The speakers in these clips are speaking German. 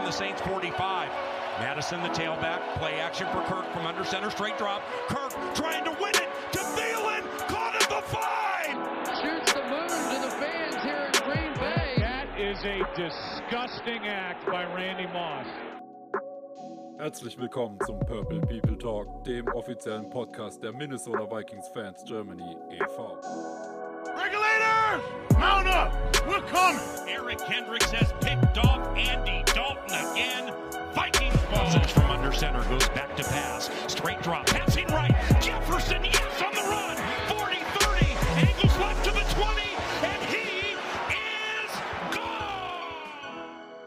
the Saints 45. Madison, the tailback, play action for Kirk from under center, straight drop. Kirk trying to win it to Thielen, caught at the 5! Shoots the moon to the fans here in Green Bay. That is a disgusting act by Randy Moss. Herzlich willkommen zum Purple People Talk, dem offiziellen Podcast der Minnesota Vikings Fans Germany e.V. Regulators, mount up! We're coming! Eric Kendricks has picked off Andy Dalton again. Vikings ball. From under center goes back to pass. Straight drop, passing right. Jefferson, yes, on the run. 40-30, angles left to the 20, and he is gone!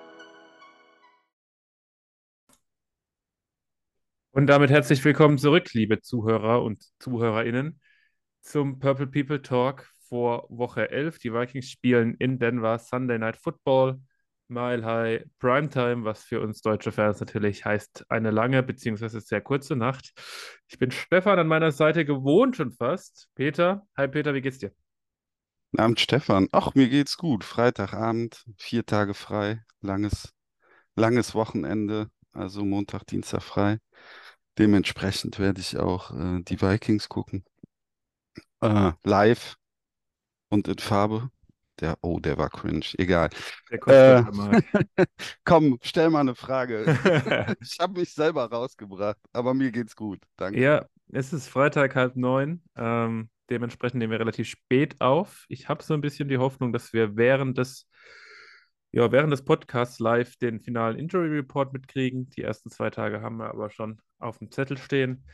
Und damit herzlich willkommen zurück, liebe Zuhörer und ZuhörerInnen, zum Purple People Talk vor Woche 11. Die Vikings spielen in Denver Sunday Night Football, Mile High Primetime, was für uns deutsche Fans natürlich heißt eine lange bzw. sehr kurze Nacht. Ich bin Stefan an meiner Seite, gewohnt schon fast. Peter, hi Peter, wie geht's dir? Guten Abend, Stefan. Ach, mir geht's gut. Freitagabend, 4 Tage frei, langes Wochenende, also Montag, Dienstag frei. Dementsprechend werde ich auch die Vikings gucken. Live und in Farbe. Der war cringe. Egal. Der kostet mal. Komm, stell mal eine Frage. Ich habe mich selber rausgebracht, aber mir geht's gut. Danke. Ja, es ist Freitag 8:30. Dementsprechend nehmen wir relativ spät auf. Ich habe so ein bisschen die Hoffnung, dass wir während des Podcasts live den finalen Injury Report mitkriegen. Die ersten 2 Tage haben wir aber schon auf dem Zettel stehen.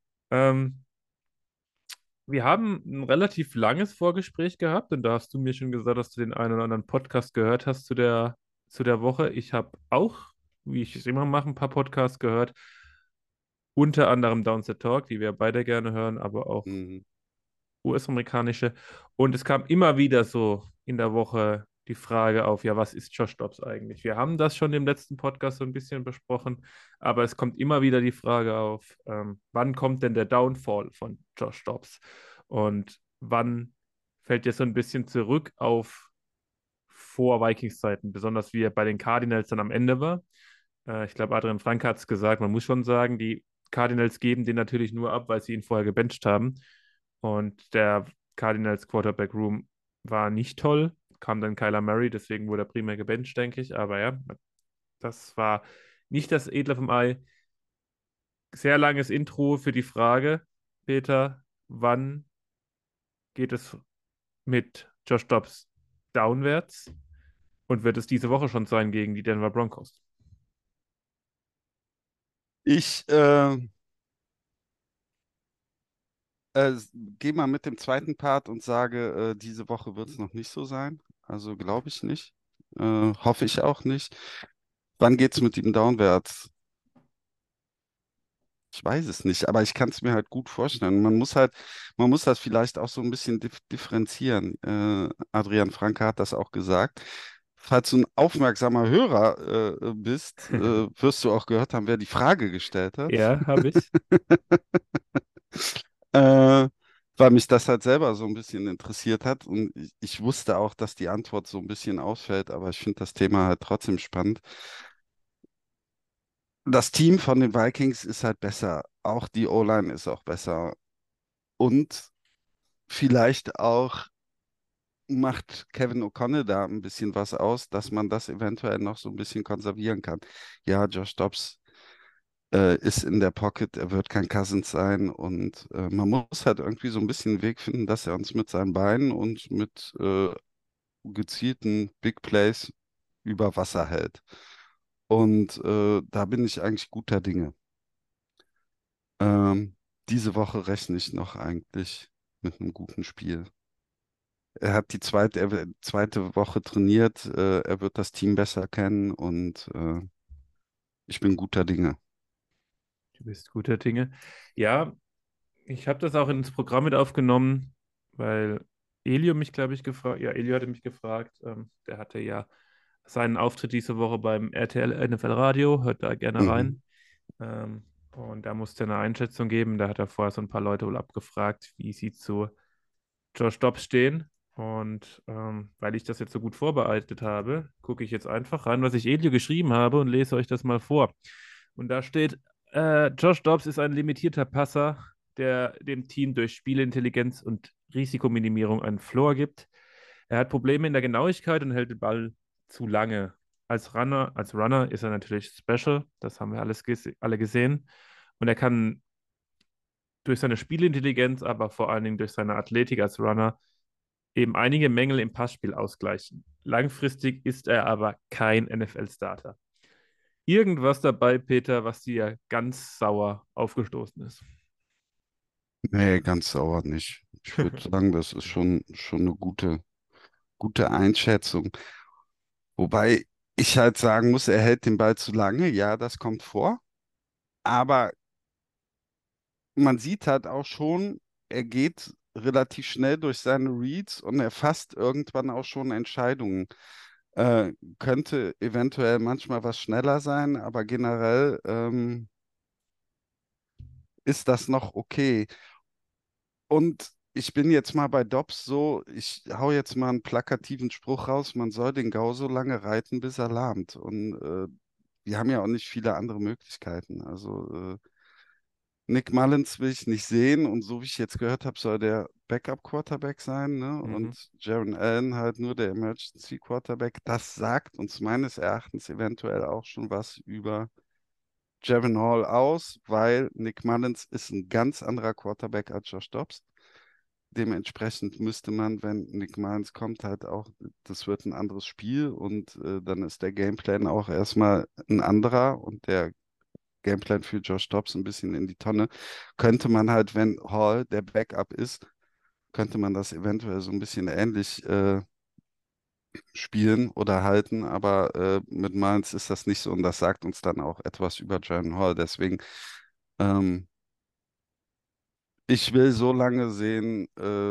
Wir haben ein relativ langes Vorgespräch gehabt und da hast du mir schon gesagt, dass du den einen oder anderen Podcast gehört hast zu der Woche. Ich habe auch, wie ich es immer mache, ein paar Podcasts gehört. Unter anderem Downset Talk, die wir beide gerne hören, aber auch US-amerikanische. Und es kam immer wieder so in der Woche die Frage auf, ja, was ist Josh Dobbs eigentlich? Wir haben das schon im letzten Podcast so ein bisschen besprochen, aber es kommt immer wieder die Frage auf, wann kommt denn der Downfall von Josh Dobbs? Und wann fällt ihr so ein bisschen zurück auf vor Vikings-Zeiten, besonders wie er bei den Cardinals dann am Ende war? Ich glaube, Adrian Frank hat es gesagt, man muss schon sagen, die Cardinals geben den natürlich nur ab, weil sie ihn vorher gebencht haben. Und der Cardinals Quarterback Room war nicht toll. Kam dann Kyler Murray, deswegen wurde er primär gebencht, denke ich. Aber ja, das war nicht das Edle vom Ei. Sehr langes Intro für die Frage, Peter, wann geht es mit Josh Dobbs downwärts? Und wird es diese Woche schon sein gegen die Denver Broncos? Ich gehe mal mit dem zweiten Part und sage, diese Woche wird es noch nicht so sein. Also glaube ich nicht. Hoffe ich auch nicht. Wann geht es mit ihm downwärts? Ich weiß es nicht, aber ich kann es mir halt gut vorstellen. Man muss das vielleicht auch so ein bisschen differenzieren. Adrian Franke hat das auch gesagt. Falls du ein aufmerksamer Hörer bist, wirst du auch gehört haben, wer die Frage gestellt hat. Ja, habe ich. Weil mich das halt selber so ein bisschen interessiert hat und ich wusste auch, dass die Antwort so ein bisschen ausfällt, aber ich finde das Thema halt trotzdem spannend. Das Team von den Vikings ist halt besser, auch die O-Line ist auch besser und vielleicht auch macht Kevin O'Connell da ein bisschen was aus, dass man das eventuell noch so ein bisschen konservieren kann. Ja, Josh Dobbs ist in der Pocket, er wird kein Cousins sein und man muss halt irgendwie so ein bisschen einen Weg finden, dass er uns mit seinen Beinen und mit gezielten Big Plays über Wasser hält. Und da bin ich eigentlich guter Dinge. Diese Woche rechne ich noch eigentlich mit einem guten Spiel. Er hat die zweite Woche trainiert, er wird das Team besser kennen und ich bin guter Dinge. Du bist guter Dinge. Ja, ich habe das auch ins Programm mit aufgenommen, weil Elio mich, glaube ich, gefragt. Ja, Elio hatte mich gefragt. Der hatte ja seinen Auftritt diese Woche beim RTL NFL Radio. Hört da gerne rein. Und da musste er eine Einschätzung geben. Da hat er vorher so ein paar Leute wohl abgefragt, wie sie zu Josh Dobbs stehen. Und weil ich das jetzt so gut vorbereitet habe, gucke ich jetzt einfach rein, was ich Elio geschrieben habe und lese euch das mal vor. Und da steht, Josh Dobbs ist ein limitierter Passer, der dem Team durch Spielintelligenz und Risikominimierung einen Floor gibt. Er hat Probleme in der Genauigkeit und hält den Ball zu lange. Als Runner ist er natürlich special, das haben wir alle gesehen. Und er kann durch seine Spielintelligenz, aber vor allen Dingen durch seine Athletik als Runner eben einige Mängel im Passspiel ausgleichen. Langfristig ist er aber kein NFL-Starter. Irgendwas dabei, Peter, was dir ganz sauer aufgestoßen ist. Nee, ganz sauer nicht. Ich würde sagen, das ist schon eine gute Einschätzung. Wobei ich halt sagen muss, er hält den Ball zu lange. Ja, das kommt vor. Aber man sieht halt auch schon, er geht relativ schnell durch seine Reads und er fasst irgendwann auch schon Entscheidungen. Könnte eventuell manchmal was schneller sein, aber generell ist das noch okay. Und ich bin jetzt mal bei Dobbs so, ich hau jetzt mal einen plakativen Spruch raus, man soll den Gau so lange reiten, bis er lahmt. Und wir haben ja auch nicht viele andere Möglichkeiten. Also Nick Mullins will ich nicht sehen und so wie ich jetzt gehört habe, soll der Backup-Quarterback sein, ne? Mhm. Und Jaron Allen halt nur der Emergency-Quarterback. Das sagt uns meines Erachtens eventuell auch schon was über Javon Hall aus, weil Nick Mullins ist ein ganz anderer Quarterback als Josh Dobbs. Dementsprechend müsste man, wenn Nick Mullins kommt, halt auch, das wird ein anderes Spiel und dann ist der Gameplan auch erstmal ein anderer und der Gameplan für Josh Dobbs ein bisschen in die Tonne. Könnte man halt, wenn Hall der Backup ist, könnte man das eventuell so ein bisschen ähnlich spielen oder halten, aber mit Mullins ist das nicht so und das sagt uns dann auch etwas über Jaren Hall. Deswegen, ähm, ich will so lange sehen,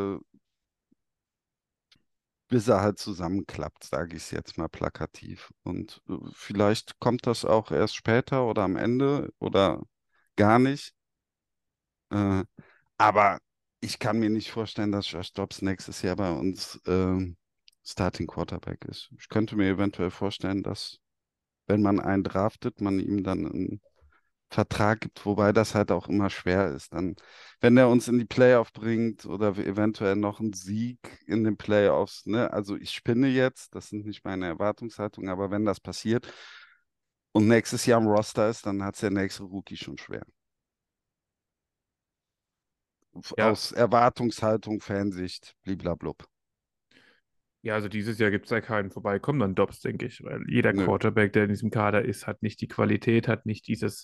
bis er halt zusammenklappt, sage ich es jetzt mal plakativ. Und vielleicht kommt das auch erst später oder am Ende oder gar nicht. Äh, aber ich kann mir nicht vorstellen, dass Josh Dobbs nächstes Jahr bei uns Starting Quarterback ist. Ich könnte mir eventuell vorstellen, dass, wenn man einen draftet, man ihm dann einen Vertrag gibt, wobei das halt auch immer schwer ist. Dann, wenn er uns in die Playoff bringt oder wir eventuell noch einen Sieg in den Playoffs, ne? Also ich spinne jetzt, das sind nicht meine Erwartungshaltungen, aber wenn das passiert und nächstes Jahr im Roster ist, dann hat es der nächste Rookie schon schwer. Ja, Aus Erwartungshaltung, Fansicht, bliblablub. ja, also dieses Jahr gibt es ja keinen Vorbeikommen an Dobbs, denke ich, weil jeder Nö. Quarterback, der in diesem Kader ist, hat nicht die Qualität, hat nicht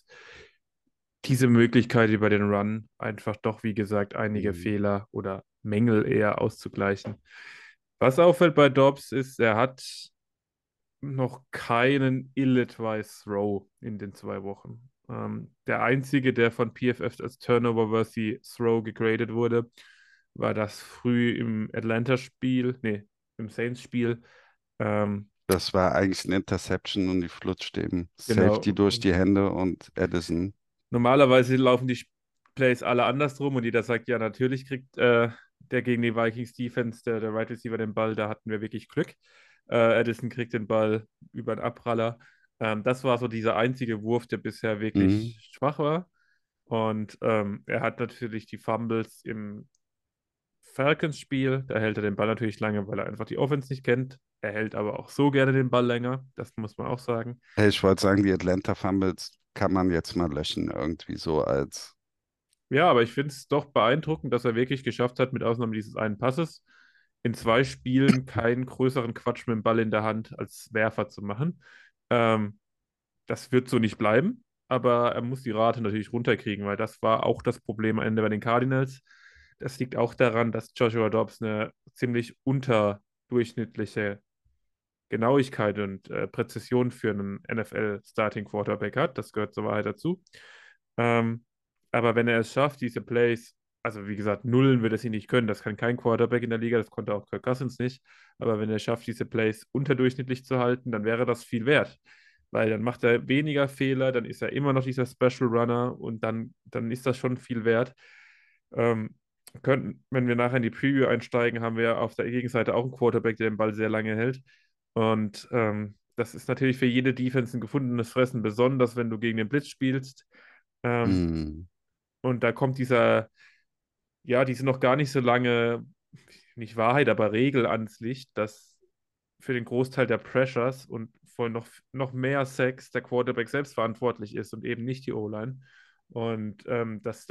diese Möglichkeit über den Run, einfach doch, wie gesagt, einige Mhm. Fehler oder Mängel eher auszugleichen. Was auffällt bei Dobbs ist, er hat noch keinen ill-advised Throw in den 2 Wochen. Der einzige, der von PFF als Turnover-worthy Throw gegradet wurde, war das früh im Atlanta-Spiel, nee, im Saints-Spiel. Ähm, Das war eigentlich eine Interception und die flutscht dem Safety genau. durch Und die Hände und Addison. normalerweise laufen die Plays alle andersrum und jeder sagt, ja, natürlich kriegt der gegen die Vikings Defense, der Right Receiver, den Ball, da hatten wir wirklich Glück. Addison kriegt den Ball über den Abpraller. Das war so dieser einzige Wurf, der bisher Mhm. wirklich schwach war. Und er hat natürlich die Fumbles im Falcons-Spiel. Da hält er den Ball natürlich lange, weil er einfach die Offense nicht kennt. Er hält aber auch so gerne den Ball länger. Das muss man auch sagen. Hey, ich wollte sagen, die Atlanta Fumbles kann man jetzt mal löschen, irgendwie so als. Ja, aber ich finde es doch beeindruckend, dass er wirklich geschafft hat, mit Ausnahme dieses einen Passes, in 2 Spielen keinen größeren Quatsch mit dem Ball in der Hand als Werfer zu machen. Ähm, Das wird so nicht bleiben, aber er muss die Rate natürlich runterkriegen, weil das war auch das Problem am Ende bei den Cardinals. Das liegt auch daran, dass Joshua Dobbs eine ziemlich unterdurchschnittliche Genauigkeit und Präzision für einen NFL-Starting Quarterback hat. Das gehört zur Wahrheit dazu. Ähm, aber wenn er es schafft, diese Plays, also wie gesagt, nullen wird er sie nicht können. Das kann kein Quarterback in der Liga, das konnte auch Kirk Cousins nicht. Aber wenn er es schafft, diese Plays unterdurchschnittlich zu halten, dann wäre das viel wert. Weil dann macht er weniger Fehler, dann ist er immer noch dieser Special Runner und dann ist das schon viel wert. Ähm, wenn wir nachher in die Preview einsteigen, haben wir auf der Gegenseite auch einen Quarterback, der den Ball sehr lange hält. Und das ist natürlich für jede Defense ein gefundenes Fressen, besonders wenn du gegen den Blitz spielst. Ähm, Hm. und da kommt diese noch gar nicht so lange, nicht Wahrheit, aber Regel ans Licht, dass für den Großteil der Pressures und vor noch mehr Sacks der Quarterback selbst verantwortlich ist und eben nicht die O-Line. Und dass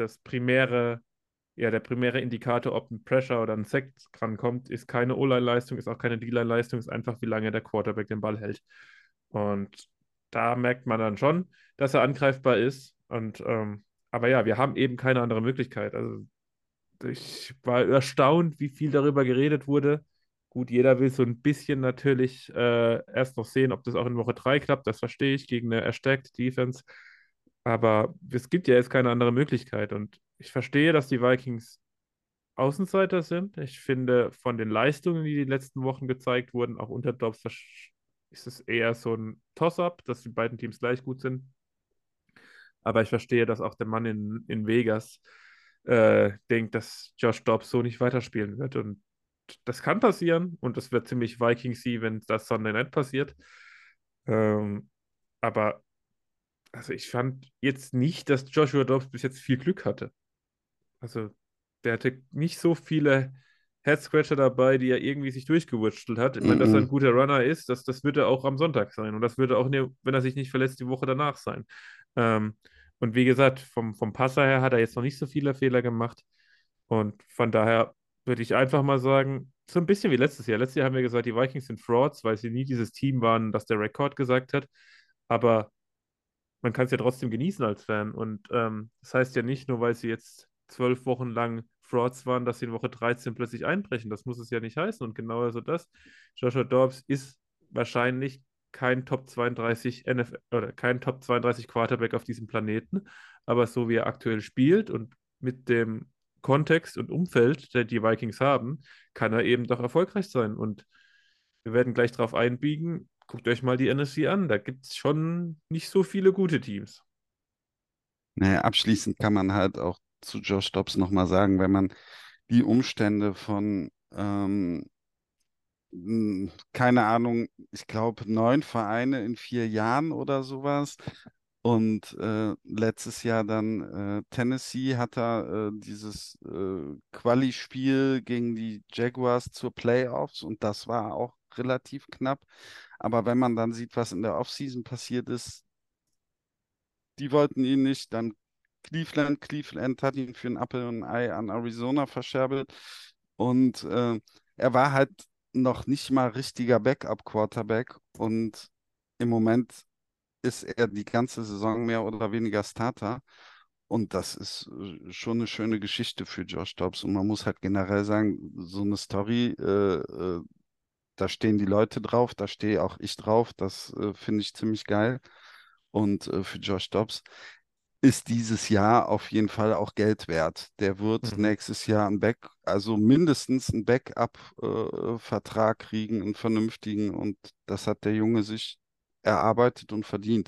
der primäre Indikator, ob ein Pressure oder ein Sack drankommt, ist keine O-Line-Leistung, ist auch keine D-Line-Leistung, ist einfach, wie lange der Quarterback den Ball hält. Und da merkt man dann schon, dass er angreifbar ist. Aber ja, wir haben eben keine andere Möglichkeit. Also ich war erstaunt, wie viel darüber geredet wurde. Gut, jeder will so ein bisschen natürlich erst noch sehen, ob das auch in Woche 3 klappt. Das verstehe ich gegen eine erstärkte Defense. Aber es gibt ja jetzt keine andere Möglichkeit. Und ich verstehe, dass die Vikings Außenseiter sind. Ich finde, von den Leistungen, die letzten Wochen gezeigt wurden, auch unter Dobbs, ist es eher so ein Toss-up, dass die beiden Teams gleich gut sind. Aber ich verstehe, dass auch der Mann in Vegas denkt, dass Josh Dobbs so nicht weiterspielen wird. Und das kann passieren und das wird ziemlich Vikingsy, wenn das Sunday Night passiert. Ähm, aber also ich fand jetzt nicht, dass Joshua Dobbs bis jetzt viel Glück hatte. Also der hatte nicht so viele Head-Scratcher dabei, die er irgendwie sich durchgewurschtelt hat. Ich meine, dass er ein Mhm. guter Runner ist, das wird er auch am Sonntag sein. Und das wird er auch, wenn er sich nicht verletzt, die Woche danach sein. Ähm, und wie gesagt, vom Passer her hat er jetzt noch nicht so viele Fehler gemacht. Und von daher würde ich einfach mal sagen, so ein bisschen wie letztes Jahr. Letztes Jahr haben wir gesagt, die Vikings sind Frauds, weil sie nie dieses Team waren, das der Rekord gesagt hat. Aber man kann es ja trotzdem genießen als Fan. Und das heißt ja nicht nur, weil sie jetzt 12 Wochen lang Frauds waren, dass sie in Woche 13 plötzlich einbrechen. Das muss es ja nicht heißen. Und genau so das. Joshua Dobbs ist wahrscheinlich kein Top 32 NFL oder kein Top 32 Quarterback auf diesem Planeten. Aber so wie er aktuell spielt und mit dem Kontext und Umfeld, der die Vikings haben, kann er eben doch erfolgreich sein. Und wir werden gleich drauf einbiegen. Guckt euch mal die NFC an. Da gibt es schon nicht so viele gute Teams. Naja, abschließend kann man halt auch zu Josh Dobbs nochmal sagen, wenn man die Umstände von, keine Ahnung, ich glaube, 9 Vereine in 4 Jahren oder sowas. Und letztes Jahr dann Tennessee hat da dieses Quali-Spiel gegen die Jaguars zur Playoffs und das war auch relativ knapp. Aber wenn man dann sieht, was in der Offseason passiert ist, die wollten ihn nicht, dann Cleveland hat ihn für ein Apfel und ein Ei an Arizona verscherbelt und er war halt noch nicht mal richtiger Backup-Quarterback und im Moment ist er die ganze Saison mehr oder weniger Starter. Und das ist schon eine schöne Geschichte für Josh Dobbs. Und man muss halt generell sagen, so eine Story, da stehen die Leute drauf, da stehe auch ich drauf. Das finde ich ziemlich geil. Und für Josh Dobbs ist dieses Jahr auf jeden Fall auch Geld wert. Der wird Mhm. nächstes Jahr also mindestens einen Backup-Vertrag kriegen, einen vernünftigen. Und das hat der Junge sich erarbeitet und verdient.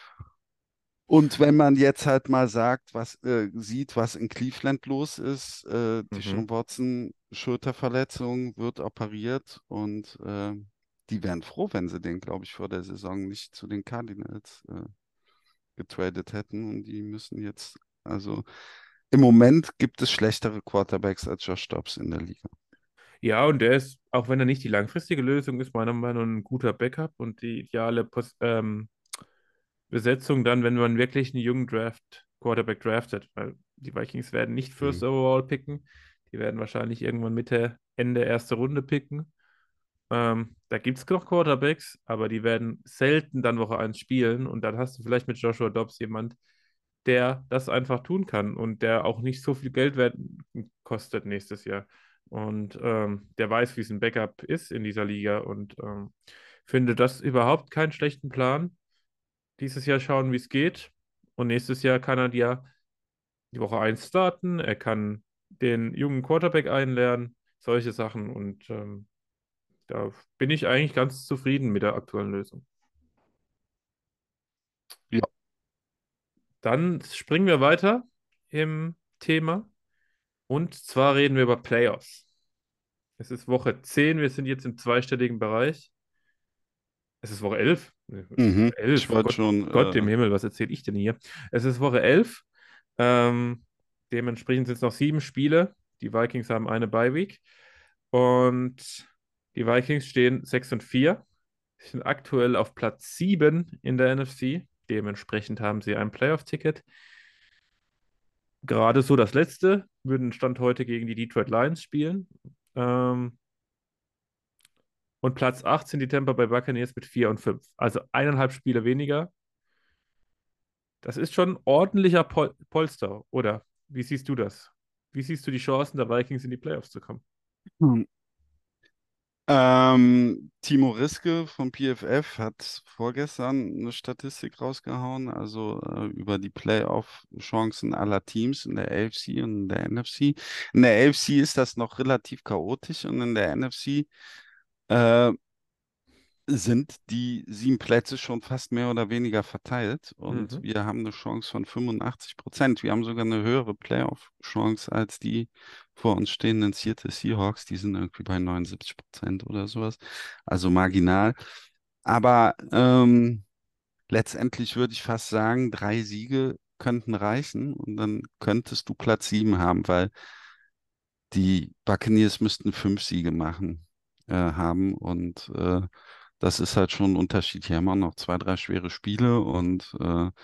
Und wenn man jetzt halt mal sieht, was in Cleveland los ist, Mhm. Deshaun Watson, Schulterverletzung, wird operiert und die wären froh, wenn sie den, glaube ich, vor der Saison nicht zu den Cardinals getradet hätten. Und die müssen jetzt, also im Moment gibt es schlechtere Quarterbacks als Josh Dobbs in der Liga. Ja, und der ist, auch wenn er nicht die langfristige Lösung ist, meiner Meinung nach ein guter Backup und die ideale Besetzung dann, wenn man wirklich einen jungen Quarterback draftet, weil die Vikings werden nicht First Mhm. Overall picken, die werden wahrscheinlich irgendwann Mitte, Ende erste Runde picken. Da gibt es noch Quarterbacks, aber die werden selten dann Woche 1 spielen und dann hast du vielleicht mit Joshua Dobbs jemand, der das einfach tun kann und der auch nicht so viel Geld kostet nächstes Jahr. Und der weiß, wie es ein Backup ist in dieser Liga und finde das überhaupt keinen schlechten Plan. Dieses Jahr schauen, wie es geht. Und nächstes Jahr kann er ja die Woche 1 starten. Er kann den jungen Quarterback einlernen, solche Sachen. Und da bin ich eigentlich ganz zufrieden mit der aktuellen Lösung. Ja. Dann springen wir weiter im Thema. Und zwar reden wir über Playoffs. Es ist Woche 10, wir sind jetzt im zweistelligen Bereich. Es ist Woche 11. Mhm. Ich 11, wollte Gott, schon, Gott im Himmel, was erzähle ich denn hier? Es ist Woche 11. Ähm, dementsprechend sind es noch 7 Spiele. Die Vikings haben eine Bye-Week. Und die Vikings stehen 6-4. Sie sind aktuell auf Platz 7 in der NFC. Dementsprechend haben sie ein Playoff-Ticket. Gerade so das letzte, würden Stand heute gegen die Detroit Lions spielen. Ähm, und Platz 8 sind die Tampa Bay Buccaneers mit 4-5. Also 1,5 Spiele weniger. Das ist schon ordentlicher Polster, oder? Wie siehst du das? Wie siehst du die Chancen der Vikings in die Playoffs zu kommen? äh, Timo Riske vom PFF hat vorgestern eine Statistik rausgehauen, also über die Playoff-Chancen aller Teams in der AFC und in der NFC. In der AFC ist das noch relativ chaotisch und in der NFC äh, sind die 7 Plätze schon fast mehr oder weniger verteilt und Mhm. wir haben eine Chance von 85%. Wir haben sogar eine höhere Playoff-Chance als die vor uns stehenden Seattle Seahawks. Die sind irgendwie bei 79% oder sowas. Also marginal. Aber letztendlich würde ich fast sagen, 3 Siege könnten reichen und dann könntest du Platz 7 haben, weil die Buccaneers müssten 5 Siege haben und das ist halt schon ein Unterschied. Hier haben wir noch 2, 3 schwere Spiele und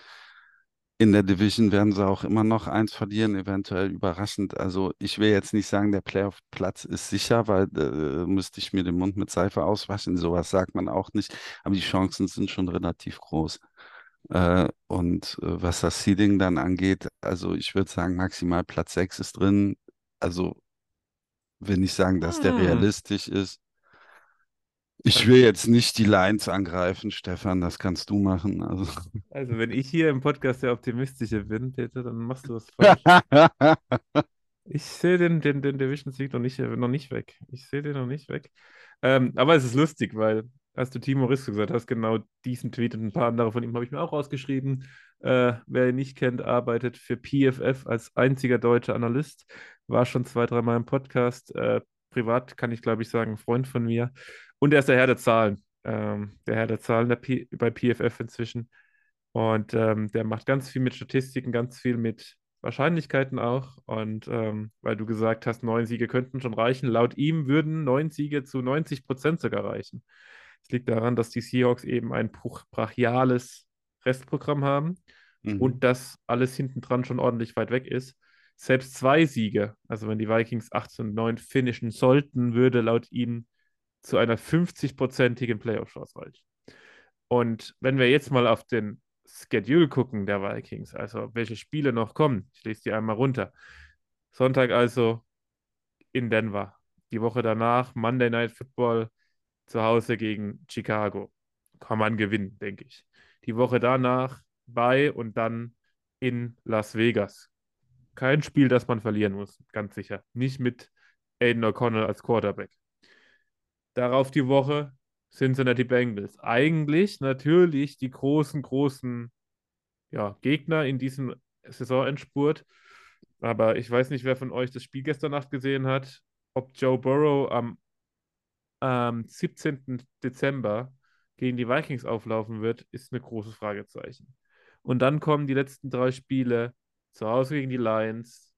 in der Division werden sie auch immer noch eins verlieren, eventuell überraschend. Also ich will jetzt nicht sagen, der Playoff-Platz ist sicher, weil müsste ich mir den Mund mit Seife auswaschen. Sowas sagt man auch nicht, aber die Chancen sind schon relativ groß. Und was das Seeding dann angeht, also ich würde sagen, maximal Platz 6 ist drin. Also will nicht sagen, dass der Hm. realistisch ist. Ich Also, will jetzt nicht die Lions angreifen, Stefan, das kannst du machen. Also. also wenn ich hier im Podcast der Optimistische bin, Peter, dann machst du was falsch. Ich sehe den Division Sieg noch nicht weg. Ich sehe den noch nicht weg. Aber es ist lustig, weil, als du Timo Riss gesagt hast, genau diesen Tweet und ein paar andere von ihm habe ich mir auch rausgeschrieben. Wer ihn nicht kennt, arbeitet für PFF als einziger deutscher Analyst. War schon 2, 3 Mal im Podcast. Privat kann ich, glaube ich, sagen, ein Freund von mir. Und er ist der Herr der Zahlen. Der Herr der Zahlen bei PFF inzwischen. Und der macht ganz viel mit Statistiken, ganz viel mit Wahrscheinlichkeiten auch. Und weil du gesagt hast, 9 Siege könnten schon reichen, laut ihm würden 9 Siege zu 90% sogar reichen. Es liegt daran, dass die Seahawks eben ein brachiales Restprogramm haben Mhm. und dass alles hinten dran schon ordentlich weit weg ist. Selbst 2 Siege, also wenn die Vikings 8-9 finishen sollten, würde laut ihm zu einer 50-prozentigen Playoff-Chance reichen. Und wenn wir jetzt mal auf den Schedule gucken der Vikings, also welche Spiele noch kommen, ich lese die einmal runter. Sonntag also in Denver. Die Woche danach Monday Night Football zu Hause gegen Chicago. Kann man gewinnen, denke ich. Die Woche danach bei und dann in Las Vegas. Kein Spiel, das man verlieren muss, ganz sicher. Nicht mit Aiden O'Connell als Quarterback. Darauf die Woche Cincinnati Bengals. Eigentlich natürlich die großen ja, Gegner in diesem Saisonendspurt. Aber ich weiß nicht, wer von euch das Spiel gestern Nacht gesehen hat. Ob Joe Burrow am 17. Dezember gegen die Vikings auflaufen wird, ist ein großes Fragezeichen. Und dann kommen die letzten 3 Spiele zu Hause gegen die Lions,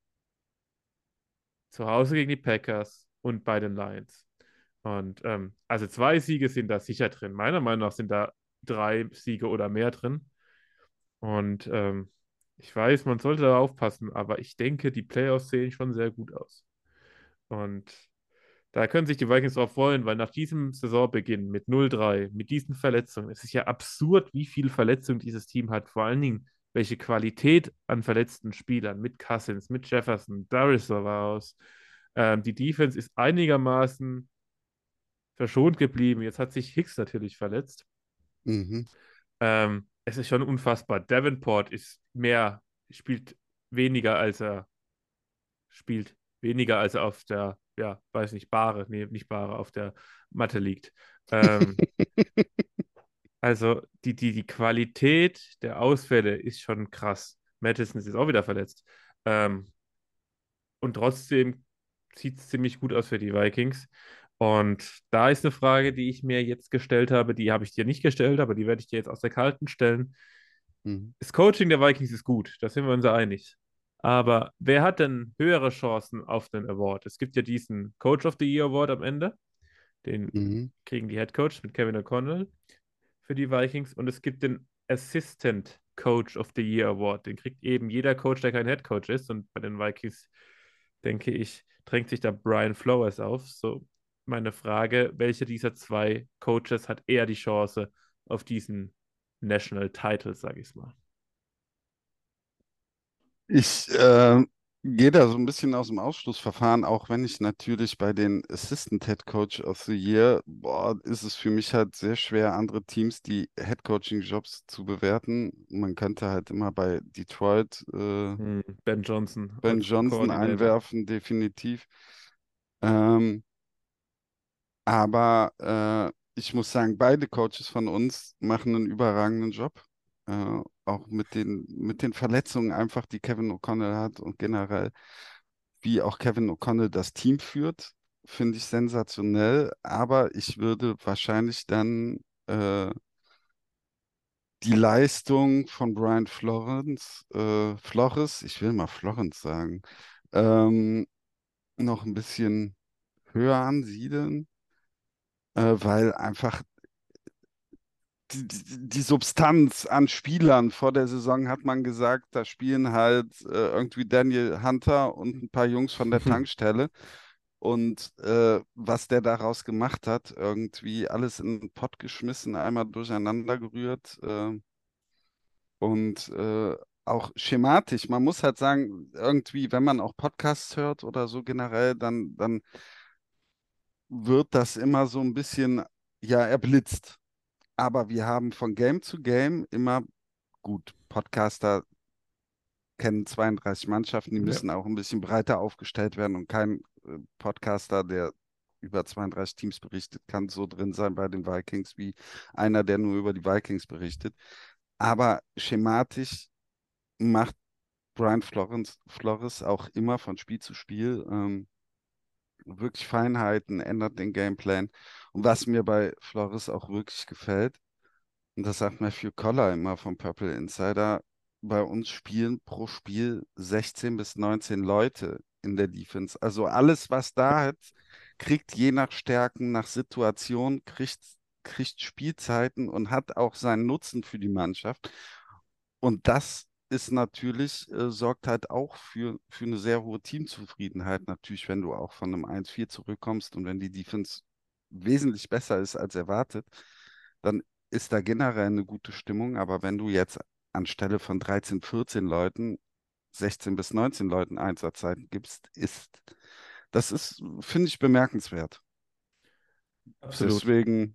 zu Hause gegen die Packers und bei den Lions. Und also 2 Siege sind da sicher drin. Meiner Meinung nach sind da 3 Siege oder mehr drin. Und ich weiß, man sollte da aufpassen, aber ich denke, die Playoffs sehen schon sehr gut aus. Und da können sich die Vikings drauf freuen, weil nach diesem Saisonbeginn mit 0-3, mit diesen Verletzungen, es ist ja absurd, wie viel Verletzungen dieses Team hat. Vor allen Dingen, welche Qualität an verletzten Spielern mit Cousins, mit Jefferson, Darius war aus. Die Defense ist einigermaßen verschont geblieben. Jetzt hat sich Hicks natürlich verletzt. Mhm. Es ist schon unfassbar. Davenport spielt weniger, als er spielt. Weniger, als er auf der, ja, weiß nicht, Bahre, nee, nicht Bahre, auf der Matte liegt. Ähm, also die Qualität der Ausfälle ist schon krass. Madison ist jetzt auch wieder verletzt. Ähm, Und trotzdem sieht es ziemlich gut aus für die Vikings. Und da ist eine Frage, die ich mir jetzt gestellt habe, die habe ich dir nicht gestellt, aber die werde ich dir jetzt aus der Kalten stellen. Mhm. Das Coaching der Vikings ist gut, da sind wir uns ja einig. Aber wer hat denn höhere Chancen auf den Award? Es gibt ja diesen Coach of the Year Award am Ende. Den Mhm. kriegen die Head Coach mit Kevin O'Connell für die Vikings. Und es gibt den Assistant Coach of the Year Award. Den kriegt eben jeder Coach, der kein Head Coach ist. Und bei den Vikings, denke ich, drängt sich da Brian Flores auf. So meine Frage, welcher dieser zwei Coaches hat eher die Chance auf diesen National Title, sage ich mal? Ich gehe da so ein bisschen aus dem Ausschlussverfahren, auch wenn ich natürlich bei den Assistant Head Coach of the Year, boah, ist es für mich halt sehr schwer, andere Teams die Head Coaching Jobs zu bewerten. Man könnte halt immer bei Detroit Ben Johnson Ben als Johnson Coordinator. einwerfen, definitiv. Ähm, aber ich muss sagen, beide Coaches von uns machen einen überragenden Job. Auch mit den Verletzungen einfach, die Kevin O'Connell hat und generell, wie auch Kevin O'Connell das Team führt, finde ich sensationell. Aber ich würde wahrscheinlich dann die Leistung von Brian Flores, ich will mal Florence sagen, ähm, noch ein bisschen höher ansiedeln, weil einfach die Substanz an Spielern vor der Saison hat man gesagt, da spielen halt irgendwie Daniel Hunter und ein paar Jungs von der Tankstelle. Und was der daraus gemacht hat, irgendwie alles in den Pott geschmissen, einmal durcheinander gerührt und auch schematisch. Man muss halt sagen, irgendwie, wenn man auch Podcasts hört oder so generell, dann wird das immer so ein bisschen, ja, erblitzt. Aber wir haben von Game zu Game immer gut. Podcaster kennen 32 Mannschaften, die Ja, müssen auch ein bisschen breiter aufgestellt werden und kein Podcaster, der über 32 Teams berichtet, kann so drin sein bei den Vikings wie einer, der nur über die Vikings berichtet. Aber schematisch macht Flores auch immer von Spiel zu Spiel wirklich Feinheiten, ändert den Gameplan. Und was mir bei Flores auch wirklich gefällt, und das sagt Matthew Koller immer vom Purple Insider, bei uns spielen pro Spiel 16 bis 19 Leute in der Defense. Also alles, was da ist, kriegt je nach Stärken, nach Situation, kriegt Spielzeiten und hat auch seinen Nutzen für die Mannschaft. Und das ist natürlich, sorgt halt auch für eine sehr hohe Teamzufriedenheit. Natürlich, wenn du auch von einem 1-4 zurückkommst und wenn die Defense wesentlich besser ist als erwartet, dann ist da generell eine gute Stimmung. Aber wenn du jetzt anstelle von 13, 14 Leuten 16 bis 19 Leuten Einsatzzeiten gibst, das ist, finde ich, bemerkenswert. absolut. Deswegen,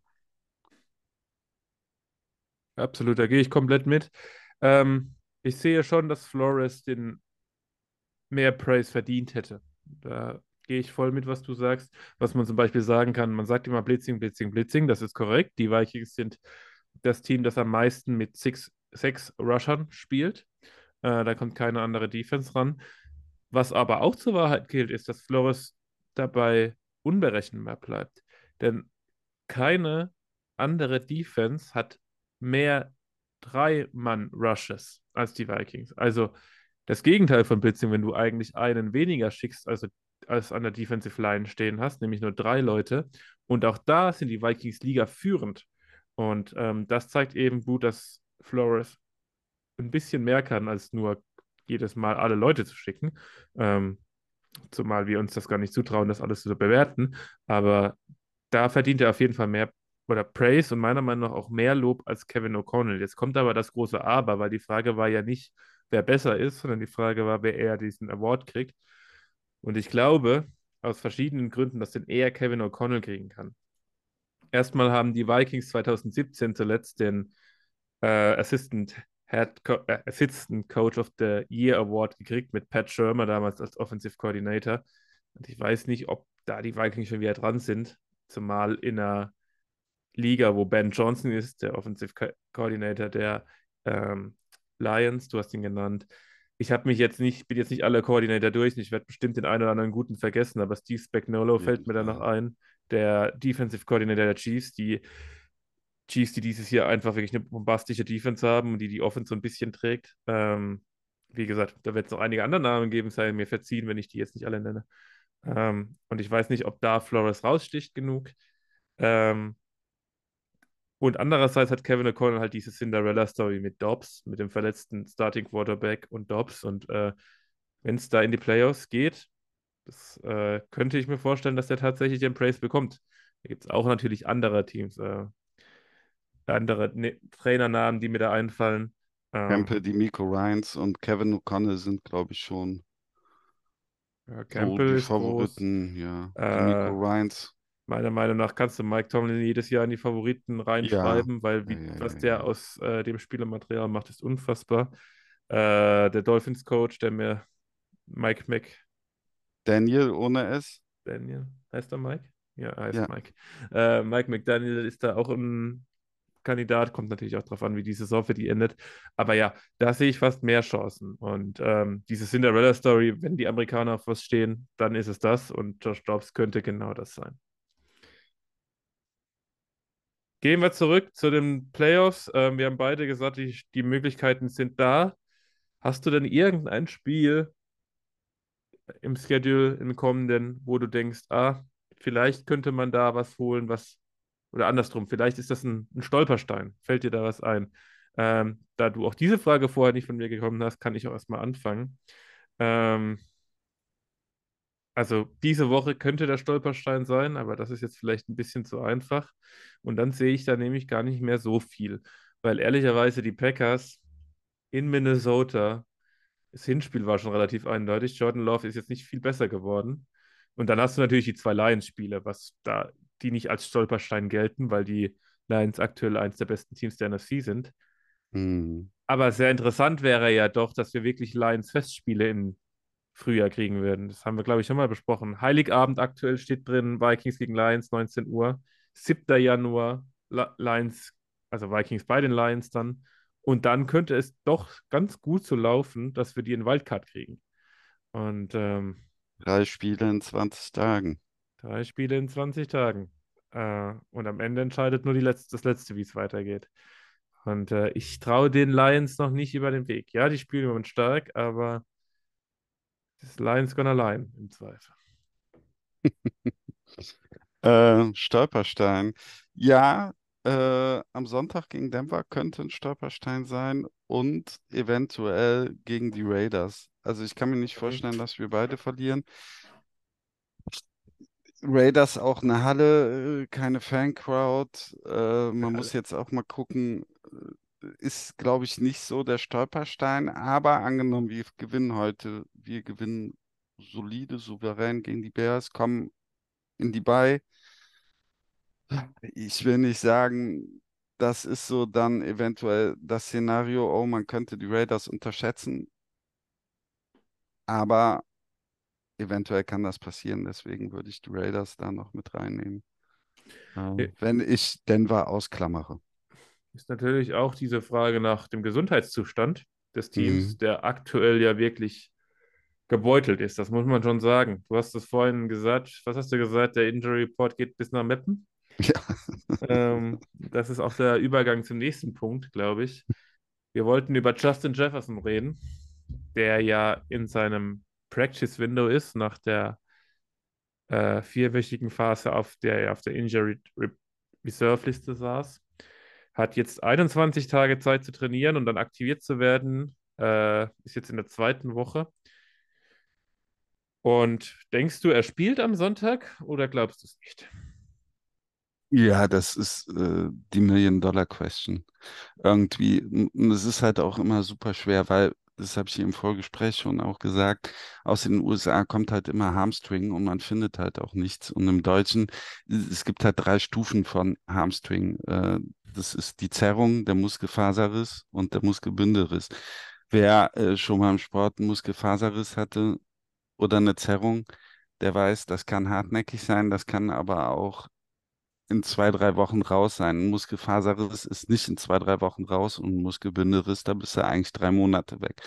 Absolut, da gehe ich komplett mit. Ähm, Ich sehe schon, dass Flores den mehr Praise verdient hätte. Da gehe ich voll mit, was du sagst. Was man zum Beispiel sagen kann, man sagt immer Blitzing, Blitzing, Blitzing, das ist korrekt. Die Vikings sind das Team, das am meisten mit sechs Rushern spielt. Da kommt keine andere Defense ran. Was aber auch zur Wahrheit gilt, ist, dass Flores dabei unberechenbar bleibt. Denn keine andere Defense hat mehr Drei-Mann-Rushes als die Vikings. Also das Gegenteil von Blitzing, wenn du eigentlich einen weniger schickst, also als an der Defensive Line stehen hast, nämlich nur drei Leute. Und auch da sind die Vikings Liga führend. Und das zeigt eben gut, dass Flores ein bisschen mehr kann, als nur jedes Mal alle Leute zu schicken. Ähm, Zumal wir uns das gar nicht zutrauen, das alles zu bewerten. Aber da verdient er auf jeden Fall mehr oder Praise und meiner Meinung nach auch mehr Lob als Kevin O'Connell. Jetzt kommt aber das große Aber, weil die Frage war ja nicht, wer besser ist, sondern die Frage war, wer eher diesen Award kriegt. Und ich glaube, aus verschiedenen Gründen, dass den eher Kevin O'Connell kriegen kann. Erstmal haben die Vikings 2017 zuletzt den Assistant Coach of the Year Award gekriegt mit Pat Shurmur damals als Offensive Coordinator. Und ich weiß nicht, ob da die Vikings schon wieder dran sind, zumal in einer Liga, wo Ben Johnson ist, der Offensive Coordinator der ähm, Lions, du hast ihn genannt, Ich bin jetzt nicht alle Koordinator durch und ich werde bestimmt den einen oder anderen guten vergessen, aber Steve Spagnuolo Auf fällt jeden mir da noch Fall. ein, der Defensive Coordinator der Chiefs, die dieses Jahr einfach wirklich eine bombastische Defense haben und die Offense so ein bisschen trägt. Wie gesagt, da wird es noch einige andere Namen geben, sei mir verziehen, wenn ich die jetzt nicht alle nenne. Und ich weiß nicht, ob da Flores raussticht genug. Ähm, und andererseits hat Kevin O'Connell halt diese Cinderella-Story mit Dobbs, mit dem verletzten Starting Quarterback und Dobbs. Und wenn es da in die Playoffs geht, das könnte ich mir vorstellen, dass der tatsächlich den Praise bekommt. Da gibt es auch natürlich andere Teams, andere Trainernamen, die mir da einfallen. Campbell, die Miko Ryans und Kevin O'Connell sind, glaube ich, schon Ja, so Campbell die ist groß. Favoriten. Ja, die Miko Äh, Ryans. Meiner Meinung nach kannst du Mike Tomlin jedes Jahr in die Favoriten Ja, reinschreiben, weil ja, ja, was ja, der ja. aus dem Spielermaterial macht, ist unfassbar. Der Dolphins-Coach, der mir Mike Daniel ohne S. McDaniel, heißt er Mike? Ja, er heißt Ja, Mike. Mike McDaniel ist da auch ein Kandidat, kommt natürlich auch darauf an, wie die Saison für die endet. Aber ja, da sehe ich fast mehr Chancen. Und diese Cinderella-Story, wenn die Amerikaner auf was stehen, dann ist es das. Und Josh Dobbs könnte genau das sein. Gehen wir zurück zu den Playoffs. Wir haben beide gesagt, die Möglichkeiten sind da. Hast du denn irgendein Spiel im Schedule im kommenden, wo du denkst, vielleicht könnte man da was holen, oder andersrum, vielleicht ist das ein Stolperstein. Fällt dir da was ein? Da du auch diese Frage vorher nicht von mir gekommen hast, kann ich auch erstmal anfangen. Ähm, also diese Woche könnte der Stolperstein sein, aber das ist jetzt vielleicht ein bisschen zu einfach. Und dann sehe ich da nämlich gar nicht mehr so viel, weil ehrlicherweise die Packers in Minnesota, das Hinspiel war schon relativ eindeutig. Jordan Love ist jetzt nicht viel besser geworden. Und dann hast du natürlich die zwei Lions-Spiele, die nicht als Stolperstein gelten, weil die Lions aktuell eines der besten Teams der NFC sind. hm. Aber sehr interessant wäre ja doch, dass wir wirklich Lions-Festspiele im Frühjahr kriegen würden. Das haben wir, glaube ich, schon mal besprochen. Heiligabend aktuell steht drin, Vikings gegen Lions, 19 Uhr. 7. Januar, Lions, also Vikings bei den Lions dann. Und dann könnte es doch ganz gut so laufen, dass wir die in Wildcard kriegen. Und 3 Spiele in 20 Tagen. 3 Spiele in 20 Tagen. Und am Ende entscheidet nur das Letzte, wie es weitergeht. Und ich traue den Lions noch nicht über den Weg. Ja, die spielen im Moment stark, aber das Lions gonna line im Zweifel. Stolperstein. Ja, am Sonntag gegen Denver könnte ein Stolperstein sein und eventuell gegen die Raiders. Also ich kann mir nicht Mhm. vorstellen, dass wir beide verlieren. Raiders auch eine Halle, keine Fancrowd. Man muss jetzt auch mal gucken, ist, glaube ich, nicht so der Stolperstein, aber angenommen, wir gewinnen heute, wir gewinnen solide, souverän gegen die Bears, kommen in die Bye. Ich will nicht sagen, das ist so dann eventuell das Szenario, oh, man könnte die Raiders unterschätzen, aber eventuell kann das passieren, deswegen würde ich die Raiders da noch mit reinnehmen, wenn ich Denver ausklammere. Ist natürlich auch diese Frage nach dem Gesundheitszustand des Teams, Mhm. der aktuell ja wirklich gebeutelt ist. Das muss man schon sagen. Du hast es vorhin gesagt. Was hast du gesagt? Der Injury Report geht bis nach Meppen. Ja. Das ist auch der Übergang zum nächsten Punkt, glaube ich. Wir wollten über Justin Jefferson reden, der ja in seinem Practice Window ist, nach der 4-wöchigen Phase, auf der er auf der Injury Reserve Liste saß. Hat jetzt 21 Tage Zeit zu trainieren und dann aktiviert zu werden. Ist jetzt in der zweiten Woche. Und denkst du, er spielt am Sonntag oder glaubst du es nicht? Ja, das ist die Million-Dollar-Question. Irgendwie, und es ist halt auch immer super schwer, weil, das habe ich hier im Vorgespräch schon auch gesagt, aus den USA kommt halt immer Hamstring und man findet halt auch nichts. Und im Deutschen, es gibt halt 3 Stufen von Hamstring. Das ist die Zerrung, der Muskelfaserriss und der Muskelbündelriss. Wer schon mal im Sport einen Muskelfaserriss hatte oder eine Zerrung, der weiß, das kann hartnäckig sein, das kann aber auch in 2, 3 Wochen raus sein. Ein Muskelfaserriss ist nicht in 2, 3 Wochen raus und ein Muskelbündelriss, da bist du eigentlich 3 Monate weg.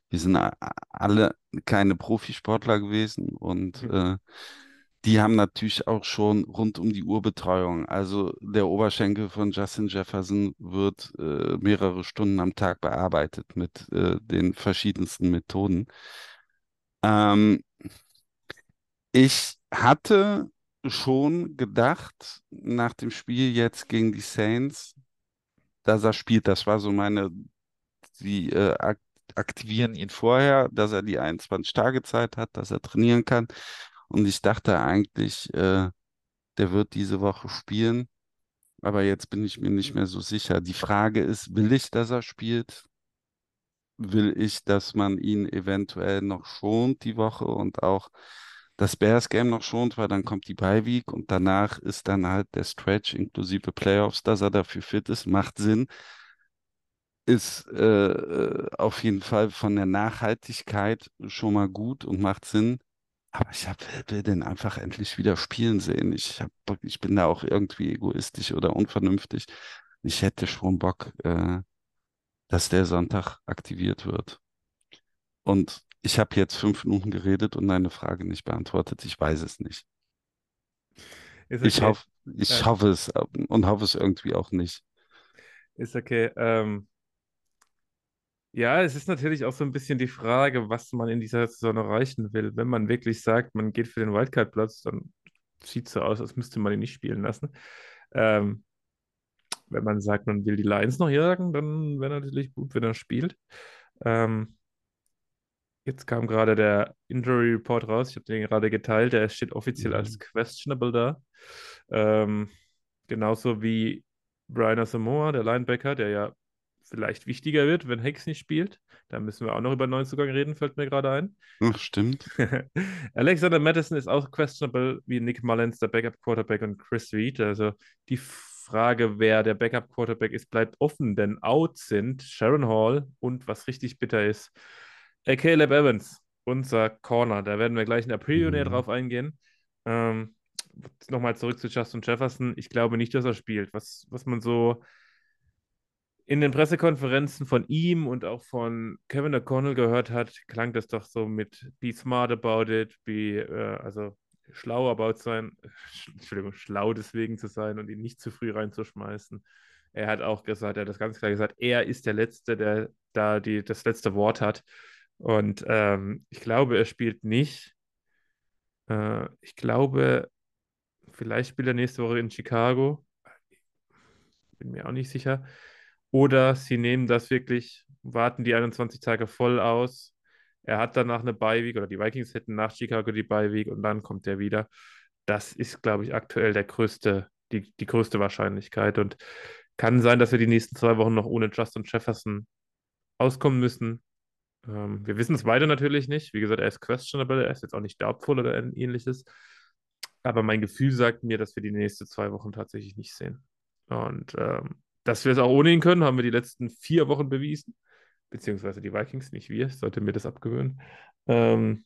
Wir sind alle keine Profisportler gewesen und Mhm. die haben natürlich auch schon rund um die Uhr Betreuung. Also der Oberschenkel von Justin Jefferson wird mehrere Stunden am Tag bearbeitet mit den verschiedensten Methoden. Ähm, Ich hatte schon gedacht, nach dem Spiel jetzt gegen die Saints, dass er spielt. Das war so die aktivieren ihn vorher, dass er die 21 Tage Zeit hat, dass er trainieren kann. Und ich dachte eigentlich, der wird diese Woche spielen. Aber jetzt bin ich mir nicht mehr so sicher. Die Frage ist, will ich, dass er spielt? Will ich, dass man ihn eventuell noch schont die Woche und auch das Bears-Game noch schont, weil dann kommt die Bye-Week und danach ist dann halt der Stretch inklusive Playoffs, dass er dafür fit ist, macht Sinn, ist auf jeden Fall von der Nachhaltigkeit schon mal gut und macht Sinn. Aber will den einfach endlich wieder spielen sehen. Ich bin da auch irgendwie egoistisch oder unvernünftig. Ich hätte schon Bock, dass der Sonntag aktiviert wird. Und ich habe jetzt 5 Minuten geredet und deine Frage nicht beantwortet. Ich weiß es nicht. Ist Ich okay. hoffe, ich hoffe es und hoffe es irgendwie auch nicht. Ist okay. Ja, es ist natürlich auch so ein bisschen die Frage, was man in dieser Saison erreichen will. Wenn man wirklich sagt, man geht für den Wildcard-Platz, dann sieht es so aus, als müsste man ihn nicht spielen lassen. Ähm, Wenn man sagt, man will die Lions noch jagen, dann wäre natürlich gut, wenn er spielt. Ähm, Jetzt kam gerade der Injury Report raus. Ich habe den gerade geteilt. Der steht offiziell als Mhm. questionable da. Ähm, Genauso wie Brian Asamoah, der Linebacker, der ja vielleicht wichtiger wird, wenn Hicks nicht spielt. Da müssen wir auch noch über Neuzugang reden, fällt mir gerade ein. Ach, stimmt. Alexander Mattison ist auch questionable, wie Nick Mullins, der Backup-Quarterback, und Chris Reed. Also die Frage, wer der Backup-Quarterback ist, bleibt offen, denn out sind Sharon Hall und, was richtig bitter ist, Caleb Evans, unser Corner. Da werden wir gleich in der Preview näher Mhm. drauf eingehen. Ähm, Nochmal zurück zu Justin Jefferson. Ich glaube nicht, dass er spielt. Was man so in den Pressekonferenzen von ihm und auch von Kevin O'Connell gehört hat, klang das doch so mit be smart about it, also schlau about sein, Entschuldigung, schlau deswegen zu sein und ihn nicht zu früh reinzuschmeißen. Er hat auch gesagt, er hat das ganz klar gesagt, er ist der Letzte, der da das letzte Wort hat. Und ich glaube, er spielt nicht. Ich glaube, vielleicht spielt er nächste Woche in Chicago. Bin mir auch nicht sicher. Oder sie nehmen das wirklich, warten die 21 Tage voll aus. Er hat danach eine Bye-Week oder die Vikings hätten nach Chicago die Bye-Week und dann kommt er wieder. Das ist, glaube ich, aktuell die größte Wahrscheinlichkeit und kann sein, dass wir die nächsten 2 Wochen noch ohne Justin Jefferson auskommen müssen. Wir wissen es beide natürlich nicht. Wie gesagt, er ist questionable, er ist jetzt auch nicht doubtful oder ähnliches. Aber mein Gefühl sagt mir, dass wir die nächsten 2 Wochen tatsächlich nicht sehen. Und dass wir es auch ohne ihn können, haben wir die letzten 4 Wochen bewiesen. Beziehungsweise die Vikings, nicht wir. Ich sollte mir das abgewöhnen. Ähm,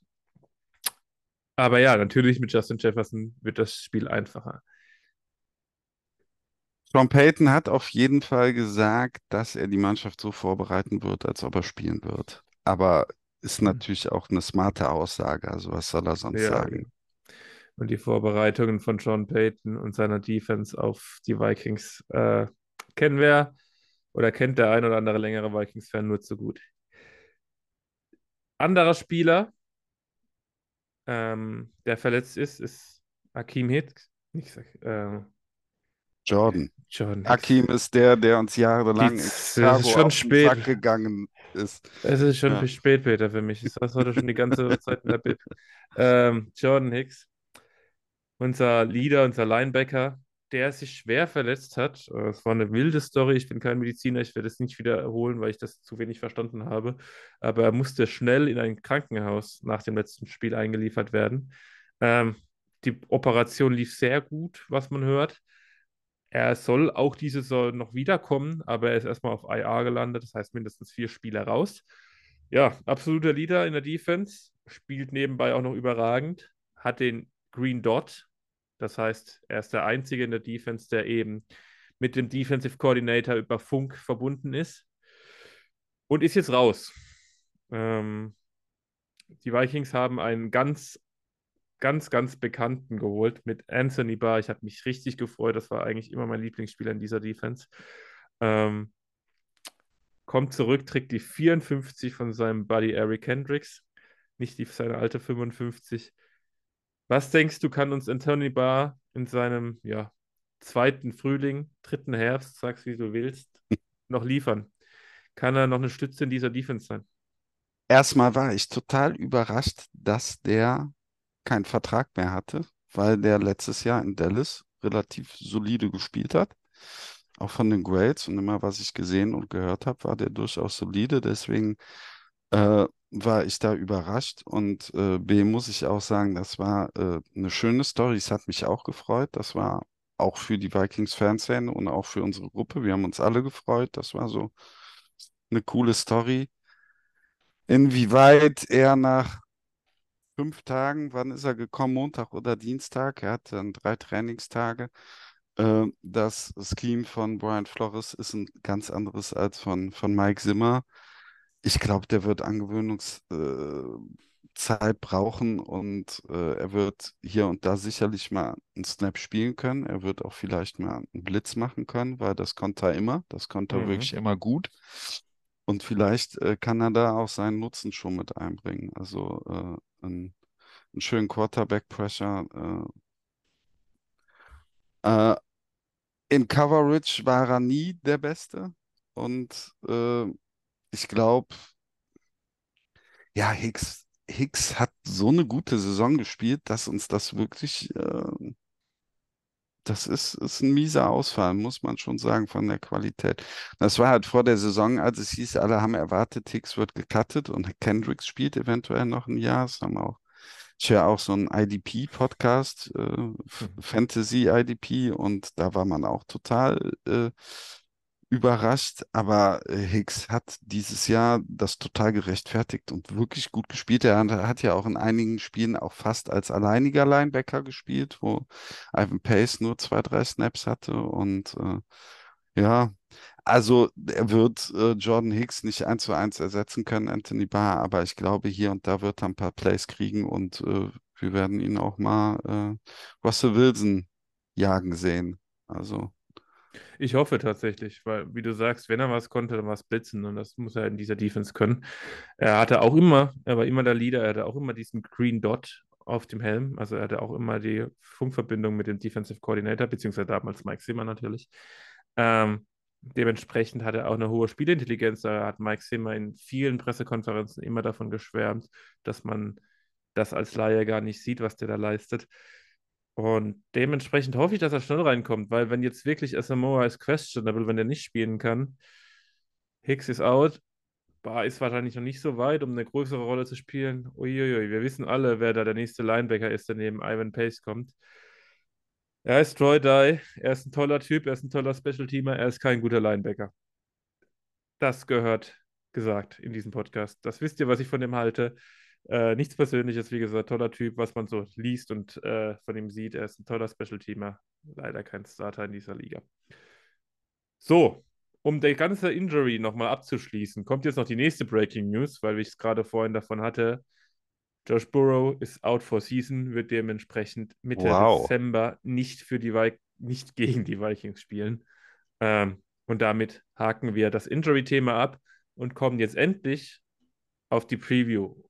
aber ja, natürlich mit Justin Jefferson wird das Spiel einfacher. Sean Payton hat auf jeden Fall gesagt, dass er die Mannschaft so vorbereiten wird, als ob er spielen wird. Aber ist Hm. natürlich auch eine smarte Aussage. Also was soll er sonst Ja, genau. sagen? Und die Vorbereitungen von Sean Payton und seiner Defense auf die Vikings kennen wir oder kennt der ein oder andere längere Vikings-Fan nur zu gut. Anderer Spieler, der verletzt ist Akeem Hicks. Nicht, Jordan. Jordan Hicks. Hakim ist der uns jahrelang in Es ist Chicago schon auf den spät. Sack gegangen ist. Es ist schon Ja. spät, Peter, für mich. Ich saß heute schon die ganze Zeit in der Bib. Jordan Hicks, unser Leader, unser Linebacker, der sich schwer verletzt hat. Es war eine wilde Story. Ich bin kein Mediziner, ich werde es nicht wiederholen, weil ich das zu wenig verstanden habe. Aber er musste schnell in ein Krankenhaus nach dem letzten Spiel eingeliefert werden. Ähm, Die Operation lief sehr gut, was man hört. Er soll auch diese Saison noch wiederkommen, aber er ist erstmal auf IR gelandet, das heißt mindestens 4 Spiele raus. Ja, absoluter Leader in der Defense, spielt nebenbei auch noch überragend, hat den Green Dot, das heißt, er ist der Einzige in der Defense, der eben mit dem Defensive Coordinator über Funk verbunden ist und ist jetzt raus. Ähm, Die Vikings haben einen ganz bekannten geholt mit Anthony Barr. Ich habe mich richtig gefreut. Das war eigentlich immer mein Lieblingsspieler in dieser Defense. Ähm, Kommt zurück, trägt die 54 von seinem Buddy Eric Kendricks, nicht seine alte 55. Was denkst du, kann uns Anthony Barr in seinem zweiten Frühling, dritten Herbst, sag's wie du willst, noch liefern? Kann er noch eine Stütze in dieser Defense sein? Erstmal war ich total überrascht, dass der keinen Vertrag mehr hatte, weil der letztes Jahr in Dallas relativ solide gespielt hat. Auch von den Grades und immer, was ich gesehen und gehört habe, war der durchaus solide. Deswegen war ich da überrascht. Und B muss ich auch sagen, das war eine schöne Story. Es hat mich auch gefreut. Das war auch für die Vikings-Fanszene und auch für unsere Gruppe. Wir haben uns alle gefreut. Das war so eine coole Story. Inwieweit er nach 5 Tagen, wann ist er gekommen? Montag oder Dienstag? Er hatte dann 3 Trainingstage. Das Scheme von Brian Flores ist ein ganz anderes als von Mike Zimmer. Ich glaube, der wird Angewöhnungszeit brauchen und er wird hier und da sicherlich mal einen Snap spielen können. Er wird auch vielleicht mal einen Blitz machen können, weil das konnte er immer. Das konnte er wirklich immer gut. Und vielleicht kann er da auch seinen Nutzen schon mit einbringen. Also einen schönen Quarterback-Pressure. In Coverage war er nie der Beste. Und ich glaube, ja, Hicks hat so eine gute Saison gespielt, dass uns das wirklich, das ist ein mieser Ausfall, muss man schon sagen, von der Qualität. Das war halt vor der Saison, als es hieß, alle haben erwartet, Hicks wird gecuttet und Kendricks spielt eventuell noch ein Jahr. Das haben auch, ich höre auch so einen IDP-Podcast, Fantasy IDP, und da war man auch total überrascht, aber Hicks hat dieses Jahr das total gerechtfertigt und wirklich gut gespielt. Er hat ja auch in einigen Spielen auch fast als alleiniger Linebacker gespielt, wo Ivan Pace nur 2, 3 Snaps hatte und ja, also er wird Jordan Hicks nicht 1:1 ersetzen können, Anthony Barr, aber ich glaube, hier und da wird er ein paar Plays kriegen und wir werden ihn auch mal Russell Wilson jagen sehen. Also Ich hoffe tatsächlich, weil, wie du sagst, wenn er was konnte, dann war es Blitzen und das muss er in dieser Defense können. Er war immer der Leader, er hatte auch immer diesen Green Dot auf dem Helm, also er hatte auch immer die Funkverbindung mit dem Defensive Coordinator, beziehungsweise damals Mike Zimmer natürlich. Dementsprechend hat er auch eine hohe Spielintelligenz, da hat Mike Zimmer in vielen Pressekonferenzen immer davon geschwärmt, dass man das als Laie gar nicht sieht, was der da leistet. Und dementsprechend hoffe ich, dass er schnell reinkommt, weil wenn jetzt wirklich Asamoah ist questionable, wenn er nicht spielen kann, Hicks ist out, Bar ist wahrscheinlich noch nicht so weit, um eine größere Rolle zu spielen. Uiuiui, wir wissen alle, wer da der nächste Linebacker ist, der neben Ivan Pace kommt. Er ist Troy Dye, er ist ein toller Typ, er ist ein toller Special-Teamer, er ist kein guter Linebacker. Das gehört gesagt in diesem Podcast. Das wisst ihr, was ich von dem halte. Nichts Persönliches, wie gesagt, toller Typ, was man so liest und von ihm sieht. Er ist ein toller Special-Teamer. Leider kein Starter in dieser Liga. So, um die ganze Injury nochmal abzuschließen, kommt jetzt noch die nächste Breaking News, weil ich es gerade vorhin davon hatte. Josh Burrow ist out for season, wird dementsprechend Mitte wow. Dezember nicht nicht gegen die Vikings spielen. Und damit haken wir das Injury-Thema ab und kommen jetzt endlich auf die Preview.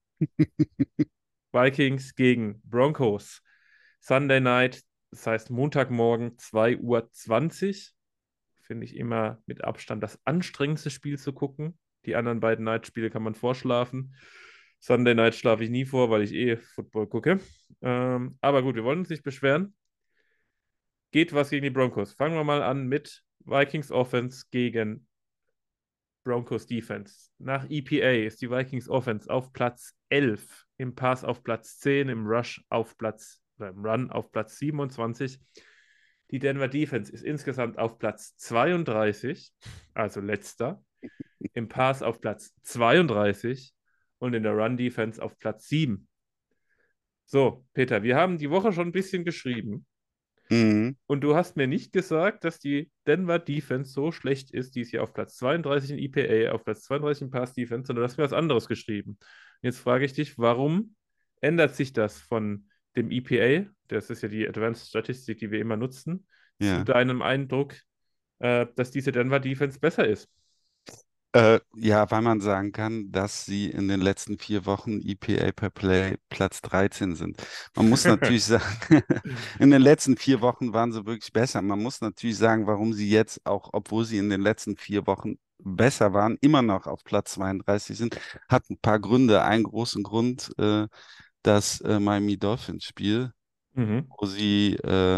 Vikings gegen Broncos. Sunday Night, das heißt Montagmorgen 2:20 Uhr. Finde ich immer mit Abstand das anstrengendste Spiel zu gucken. Die anderen beiden Night-Spiele kann man vorschlafen. Sunday Night schlafe ich nie vor, weil ich Football gucke. Aber gut, wir wollen uns nicht beschweren. Geht was gegen die Broncos. Fangen wir mal an mit Vikings Offense gegen Broncos Defense. Nach EPA ist die Vikings Offense auf Platz 11, im Pass auf Platz 10, im Run auf Platz 27. Die Denver Defense ist insgesamt auf Platz 32, also letzter, im Pass auf Platz 32 und in der Run Defense auf Platz 7. So, Peter, wir haben die Woche schon ein bisschen geschrieben. Mhm. Und du hast mir nicht gesagt, dass die Denver Defense so schlecht ist, die ist hier auf Platz 32 in EPA, auf Platz 32 in Pass Defense, sondern du hast mir was anderes geschrieben. Jetzt frage ich dich, warum ändert sich das von dem EPA, das ist ja die Advanced Statistik, die wir immer nutzen, zu Ja. deinem Eindruck, dass diese Denver Defense besser ist? Ja, weil man sagen kann, dass sie in den letzten 4 Wochen EPA per Play Platz 13 sind. Man muss natürlich sagen, in den letzten 4 Wochen waren sie wirklich besser. Man muss natürlich sagen, warum sie jetzt auch, obwohl sie in den letzten 4 Wochen besser waren, immer noch auf Platz 32 sind, hat ein paar Gründe. Einen großen Grund, das Miami Dolphins Spiel, Mhm. wo sie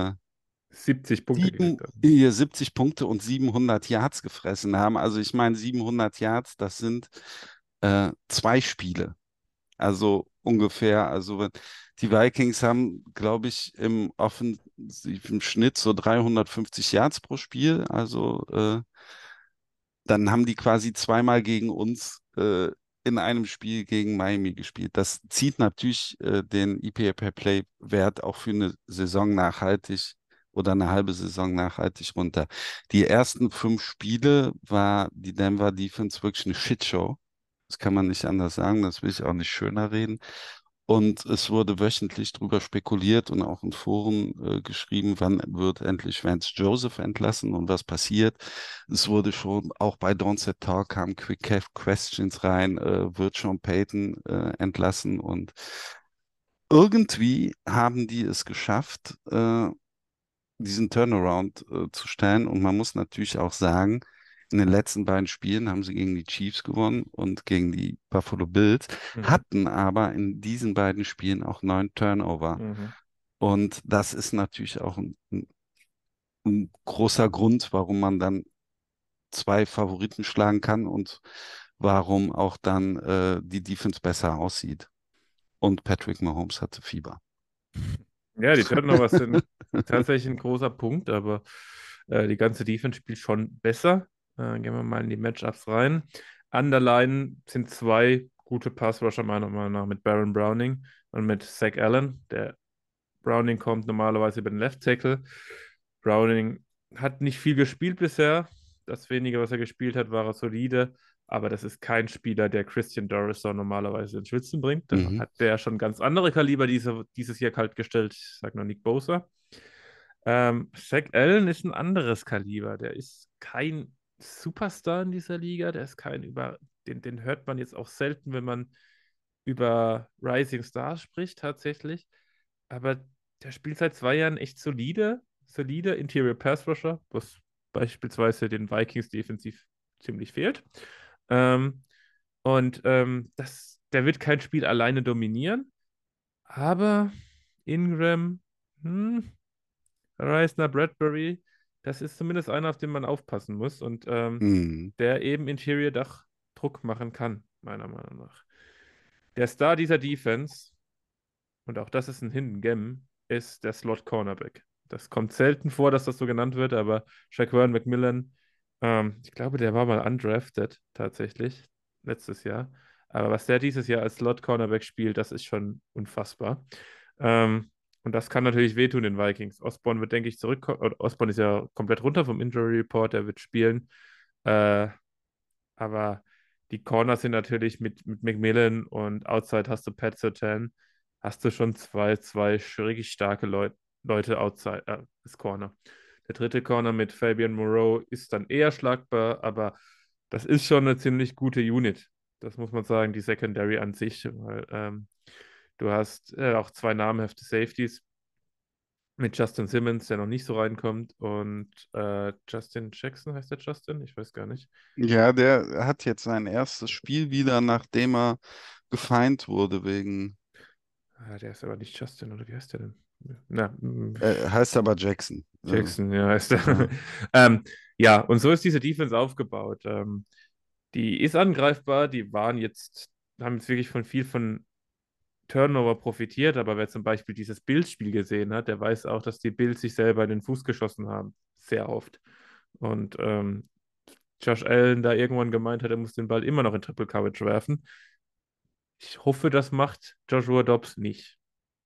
70 Punkte gekriegt haben. hier 70 Punkte und 700 Yards gefressen haben. Also ich meine, 700 Yards, das sind 2 Spiele. Also ungefähr. Die Vikings haben, glaube ich, im offensiven Schnitt so 350 Yards pro Spiel. Also dann haben die quasi zweimal gegen uns in einem Spiel gegen Miami gespielt. Das zieht natürlich den EPA per Play Wert auch für eine Saison nachhaltig oder eine halbe Saison nachhaltig runter. Die ersten 5 Spiele war die Denver Defense wirklich eine Shitshow. Das kann man nicht anders sagen, das will ich auch nicht schöner reden. Und es wurde wöchentlich darüber spekuliert und auch in Foren geschrieben, wann wird endlich Vance Joseph entlassen und was passiert. Es wurde schon, auch bei Don't Set Talk kamen Quick Questions rein, wird Sean Payton entlassen und irgendwie haben die es geschafft, diesen Turnaround zu stellen. Und man muss natürlich auch sagen, in den letzten beiden Spielen haben sie gegen die Chiefs gewonnen und gegen die Buffalo Bills, Mhm. hatten aber in diesen beiden Spielen auch 9 Turnover. Mhm. Und das ist natürlich auch ein großer Grund, warum man dann 2 Favoriten schlagen kann und warum auch dann die Defense besser aussieht. Und Patrick Mahomes hatte Fieber. Ja, die Turnovers sind tatsächlich ein großer Punkt, aber die ganze Defense spielt schon besser. Gehen wir mal in die Matchups rein. An der Line sind 2 gute Pass-Rusher meiner Meinung nach mit Baron Browning und mit Zach Allen. Der Browning kommt normalerweise über den Left Tackle. Browning hat nicht viel gespielt bisher. Das wenige, was er gespielt hat, war er solide. Aber das ist kein Spieler, der Christian Dorisson normalerweise ins Schwitzen bringt. Da Mhm. hat der schon ganz andere Kaliber dieses Jahr kalt gestellt. Ich sage nur Nick Bosa. Zach Allen ist ein anderes Kaliber. Der ist kein Superstar in dieser Liga. Der ist kein den hört man jetzt auch selten, wenn man über Rising Stars spricht, tatsächlich. Aber der spielt seit 2 Jahren echt solide Interior Pass Rusher, was beispielsweise den Vikings defensiv ziemlich fehlt. Ähm, der wird kein Spiel alleine dominieren, aber Ingram, Reisner, Bradbury, das ist zumindest einer, auf den man aufpassen muss und Mhm. der eben Interior Dach Druck machen kann, meiner Meinung nach. Der Star dieser Defense, und auch das ist ein Hidden Gem, ist der Slot Cornerback. Das kommt selten vor, dass das so genannt wird, aber Shaquan McMillan, ich glaube, der war mal undrafted tatsächlich letztes Jahr. Aber was der dieses Jahr als Slot Cornerback spielt, das ist schon unfassbar. Ähm, und das kann natürlich wehtun den Vikings. Osborne wird, denke ich, zurückkommen. Osborne ist ja komplett runter vom Injury Report, der wird spielen. Äh, aber die Corners sind natürlich mit McMillan und Outside hast du Pat Surtain, hast du schon zwei richtig starke Leute outside, das Corner. Der dritte Corner mit Fabian Moreau ist dann eher schlagbar, aber das ist schon eine ziemlich gute Unit. Das muss man sagen, die Secondary an sich, weil du hast auch 2 namhafte Safeties mit Justin Simmons, der noch nicht so reinkommt, und Justin Jackson heißt der Justin? Ich weiß gar nicht. Ja, der hat jetzt sein erstes Spiel wieder, nachdem er gefeind wurde wegen, Der ist aber nicht Justin, oder wie heißt der denn? Na, heißt aber Jackson. Jackson, ja, heißt der. Ja. Ja, und so ist diese Defense aufgebaut. Die ist angreifbar, haben jetzt wirklich von Turnover profitiert, aber wer zum Beispiel dieses Bills-Spiel gesehen hat, der weiß auch, dass die Bills sich selber in den Fuß geschossen haben. Sehr oft. Und Josh Allen da irgendwann gemeint hat, er muss den Ball immer noch in Triple Coverage werfen. Ich hoffe, das macht Joshua Dobbs nicht.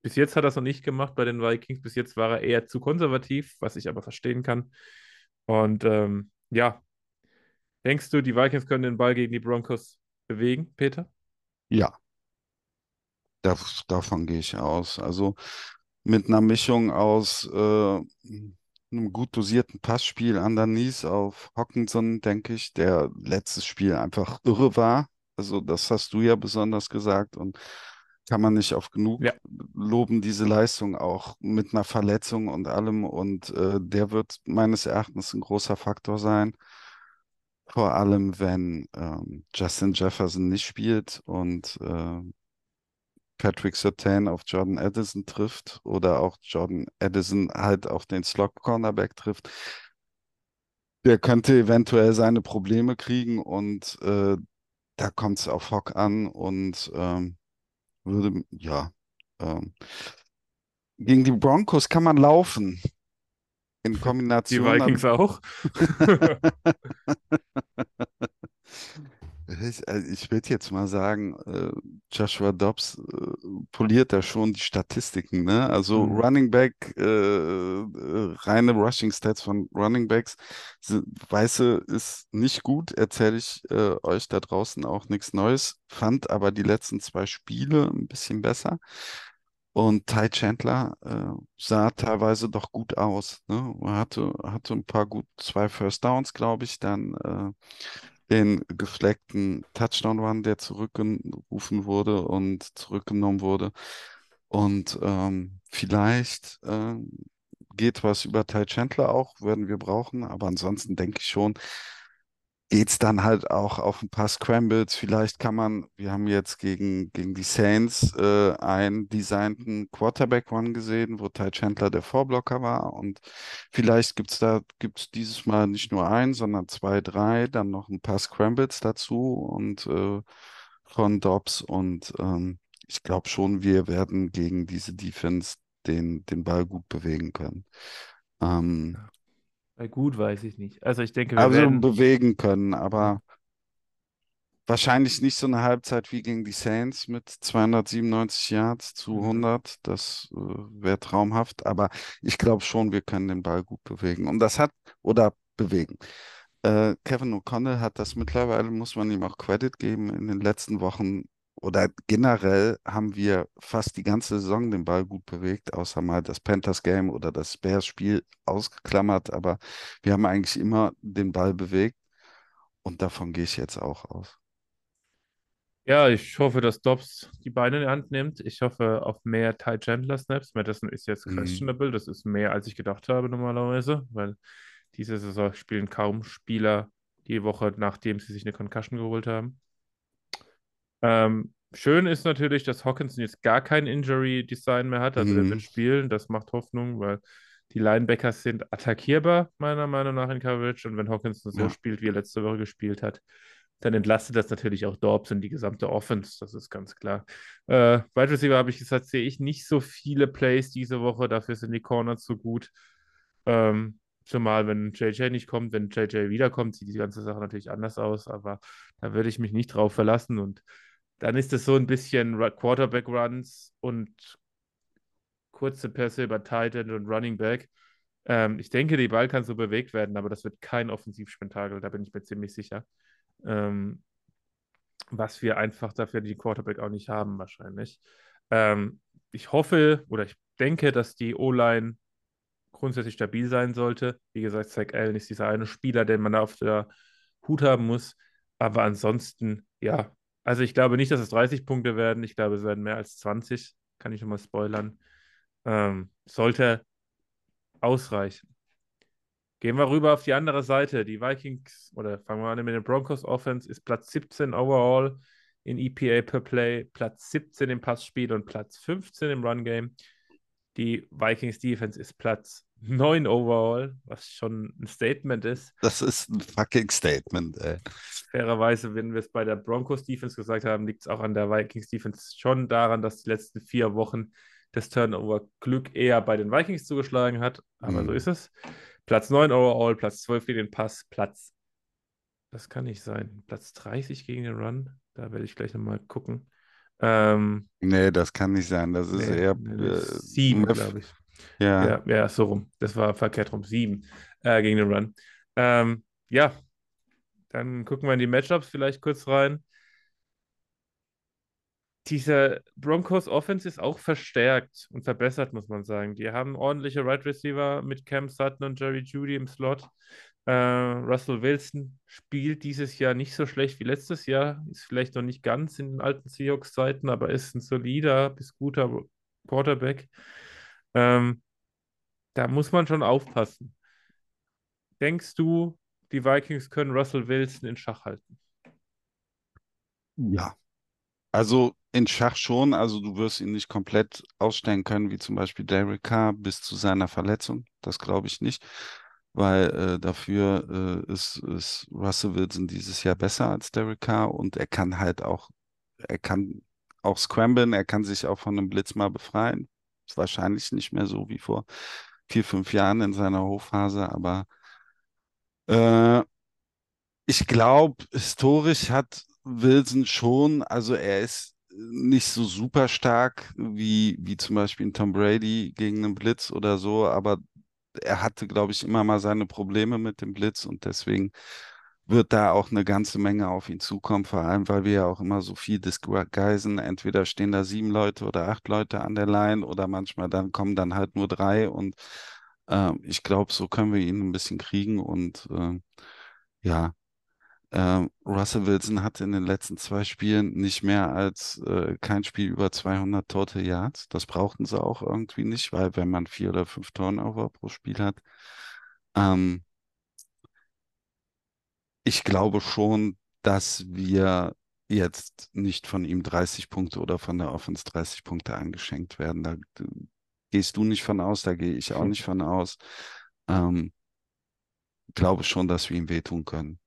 Bis jetzt hat er es noch nicht gemacht bei den Vikings. Bis jetzt war er eher zu konservativ, was ich aber verstehen kann. Und ja, denkst du, die Vikings können den Ball gegen die Broncos bewegen, Peter? Ja, davon gehe ich aus. Also mit einer Mischung aus einem gut dosierten Passspiel underneath auf Hockenson, denke ich, der letztes Spiel einfach irre war. Also das hast du ja besonders gesagt und kann man nicht oft genug Ja, loben, diese Leistung auch mit einer Verletzung und allem. Und der wird meines Erachtens ein großer Faktor sein. Vor allem, wenn Justin Jefferson nicht spielt und Patrick Surtain auf Jordan Addison trifft oder auch Jordan Addison halt auf den Slot-Cornerback trifft, der könnte eventuell seine Probleme kriegen und da kommt es auf Hock an und ja, ähm, gegen die Broncos kann man laufen in die Kombination. Vikings auch. Ich würde jetzt mal sagen, Joshua Dobbs poliert da schon die Statistiken, ne? Also Mhm. Running Back, reine Rushing Stats von Running Backs, weiße ist nicht gut, erzähle ich euch da draußen auch nichts Neues, fand aber die letzten 2 Spiele ein bisschen besser. Und Ty Chandler sah teilweise doch gut aus, ne? Er hatte ein paar 2 First Downs, glaube ich, dann den gefleckten Touchdown-Run, der zurückgerufen wurde und zurückgenommen wurde. Und vielleicht geht was über Ty Chandler auch, werden wir brauchen. Aber ansonsten denke ich schon, geht's dann halt auch auf ein paar Scrambles. Vielleicht kann man, wir haben jetzt gegen die Saints einen designten Quarterback-Run gesehen, wo Ty Chandler der Vorblocker war. Und vielleicht gibt's dieses Mal nicht nur einen, sondern 2, 3, dann noch ein paar Scrambles dazu und von Dobbs. Und ich glaube schon, wir werden gegen diese Defense den Ball gut bewegen können. Ähm, Bei gut weiß ich nicht. Also ich denke, wir also werden. bewegen können, Ja. aber wahrscheinlich nicht so eine Halbzeit wie gegen die Saints mit 297 Yards zu Ja. 100. Das wäre traumhaft, aber ich glaube schon, wir können den Ball gut bewegen. Und das hat, oder bewegen. Kevin O'Connell hat das mittlerweile, muss man ihm auch Credit geben, in den letzten Wochen oder generell haben wir fast die ganze Saison den Ball gut bewegt, außer mal das Panthers Game oder das Bears Spiel ausgeklammert, aber wir haben eigentlich immer den Ball bewegt und davon gehe ich jetzt auch aus. Ja, ich hoffe, dass Dobbs die Beine in die Hand nimmt. Ich hoffe auf mehr Ty Chandler Snaps. Madison ist jetzt Mhm. questionable. Das ist mehr, als ich gedacht habe normalerweise, weil diese Saison spielen kaum Spieler die Woche, nachdem sie sich eine Concussion geholt haben. Schön ist natürlich, dass Hockenson jetzt gar kein Injury-Design mehr hat. Also der wird Mhm. spielen. Das macht Hoffnung, weil die Linebackers sind attackierbar, meiner Meinung nach in Coverage. Und wenn Hockenson so Ja. spielt, wie er letzte Woche gespielt hat, dann entlastet das natürlich auch Dobbs und die gesamte Offense. Das ist ganz klar. Wide Receiver habe ich gesagt, sehe ich nicht so viele Plays diese Woche. Dafür sind die Corners so gut. Zumal, wenn JJ nicht kommt, wenn JJ wiederkommt, sieht die ganze Sache natürlich anders aus. Aber da würde ich mich nicht drauf verlassen. Und dann ist es so ein bisschen Quarterback-Runs und kurze Pässe über Tight End und Running Back. Ich denke, die Ball kann so bewegt werden, aber das wird kein Offensivspektakel, da bin ich mir ziemlich sicher. Ähm, Was wir einfach dafür die Quarterback auch nicht haben, wahrscheinlich. Ich hoffe oder ich denke, dass die O-Line grundsätzlich stabil sein sollte. Wie gesagt, Zach Allen ist dieser eine Spieler, den man da auf der Hut haben muss. Aber ansonsten, ja, also ich glaube nicht, dass es 30 Punkte werden. Ich glaube, es werden mehr als 20. Kann ich schon mal spoilern. Sollte ausreichen. Gehen wir rüber auf die andere Seite. Die Vikings, oder fangen wir an mit den Broncos Offense, ist Platz 17 overall in EPA per Play, Platz 17 im Passspiel und Platz 15 im Run Game. Die Vikings Defense ist Platz 9 overall, was schon ein Statement ist. Das ist ein fucking Statement, ey. Fairerweise, wenn wir es bei der Broncos Defense gesagt haben, liegt es auch an der Vikings Defense schon daran, dass die letzten 4 Wochen das Turnover-Glück eher bei den Vikings zugeschlagen hat. Aber so Hm. ist es. Platz 9 overall, Platz 12 gegen den Pass, das kann nicht sein, Platz 30 gegen den Run. Da werde ich gleich nochmal gucken. Nee, das kann nicht sein. Das ist Nee, eher nee, 7, glaube ich. ja. Ja, so rum. Das war verkehrt rum. 7 gegen den Run. Ja, dann gucken wir in die Matchups vielleicht kurz rein. Dieser Broncos Offense ist auch verstärkt und verbessert, muss man sagen. Die haben ordentliche Right Receiver mit Cam Sutton und Jerry Jeudy im Slot. Russell Wilson spielt dieses Jahr nicht so schlecht wie letztes Jahr. Ist vielleicht noch nicht ganz in den alten Seahawks-Zeiten, aber ist ein solider bis guter Quarterback. Ähm, Da muss man schon aufpassen. Denkst du, die Vikings können Russell Wilson in Schach halten? Ja. Also in Schach schon, also du wirst ihn nicht komplett ausstellen können, wie zum Beispiel Derek Carr bis zu seiner Verletzung. Das glaube ich nicht, weil dafür ist Russell Wilson dieses Jahr besser als Derek Carr und er kann auch scramblen, er kann sich auch von einem Blitz mal befreien. Ist wahrscheinlich nicht mehr so wie vor 4, 5 Jahren in seiner Hochphase, aber äh, ich glaube, historisch hat Wilson schon, also er ist nicht so super stark wie zum Beispiel ein Tom Brady gegen einen Blitz oder so, aber er hatte, glaube ich, immer mal seine Probleme mit dem Blitz und deswegen wird da auch eine ganze Menge auf ihn zukommen, vor allem, weil wir ja auch immer so viel disguisen. Entweder stehen da 7 Leute oder 8 Leute an der Line oder manchmal dann kommen dann halt nur 3 und ich glaube, so können wir ihn ein bisschen kriegen und ja. Russell Wilson hatte in den letzten 2 Spielen nicht mehr als kein Spiel über 200 Total Yards. Das brauchten sie auch irgendwie nicht, weil wenn man 4 oder 5 Turnover pro Spiel hat, ähm, ich glaube schon, dass wir jetzt nicht von ihm 30 Punkte oder von der Offense 30 Punkte eingeschenkt werden. Da gehst du nicht von aus, da gehe ich auch nicht von aus. Ähm, glaube schon, dass wir ihm wehtun können.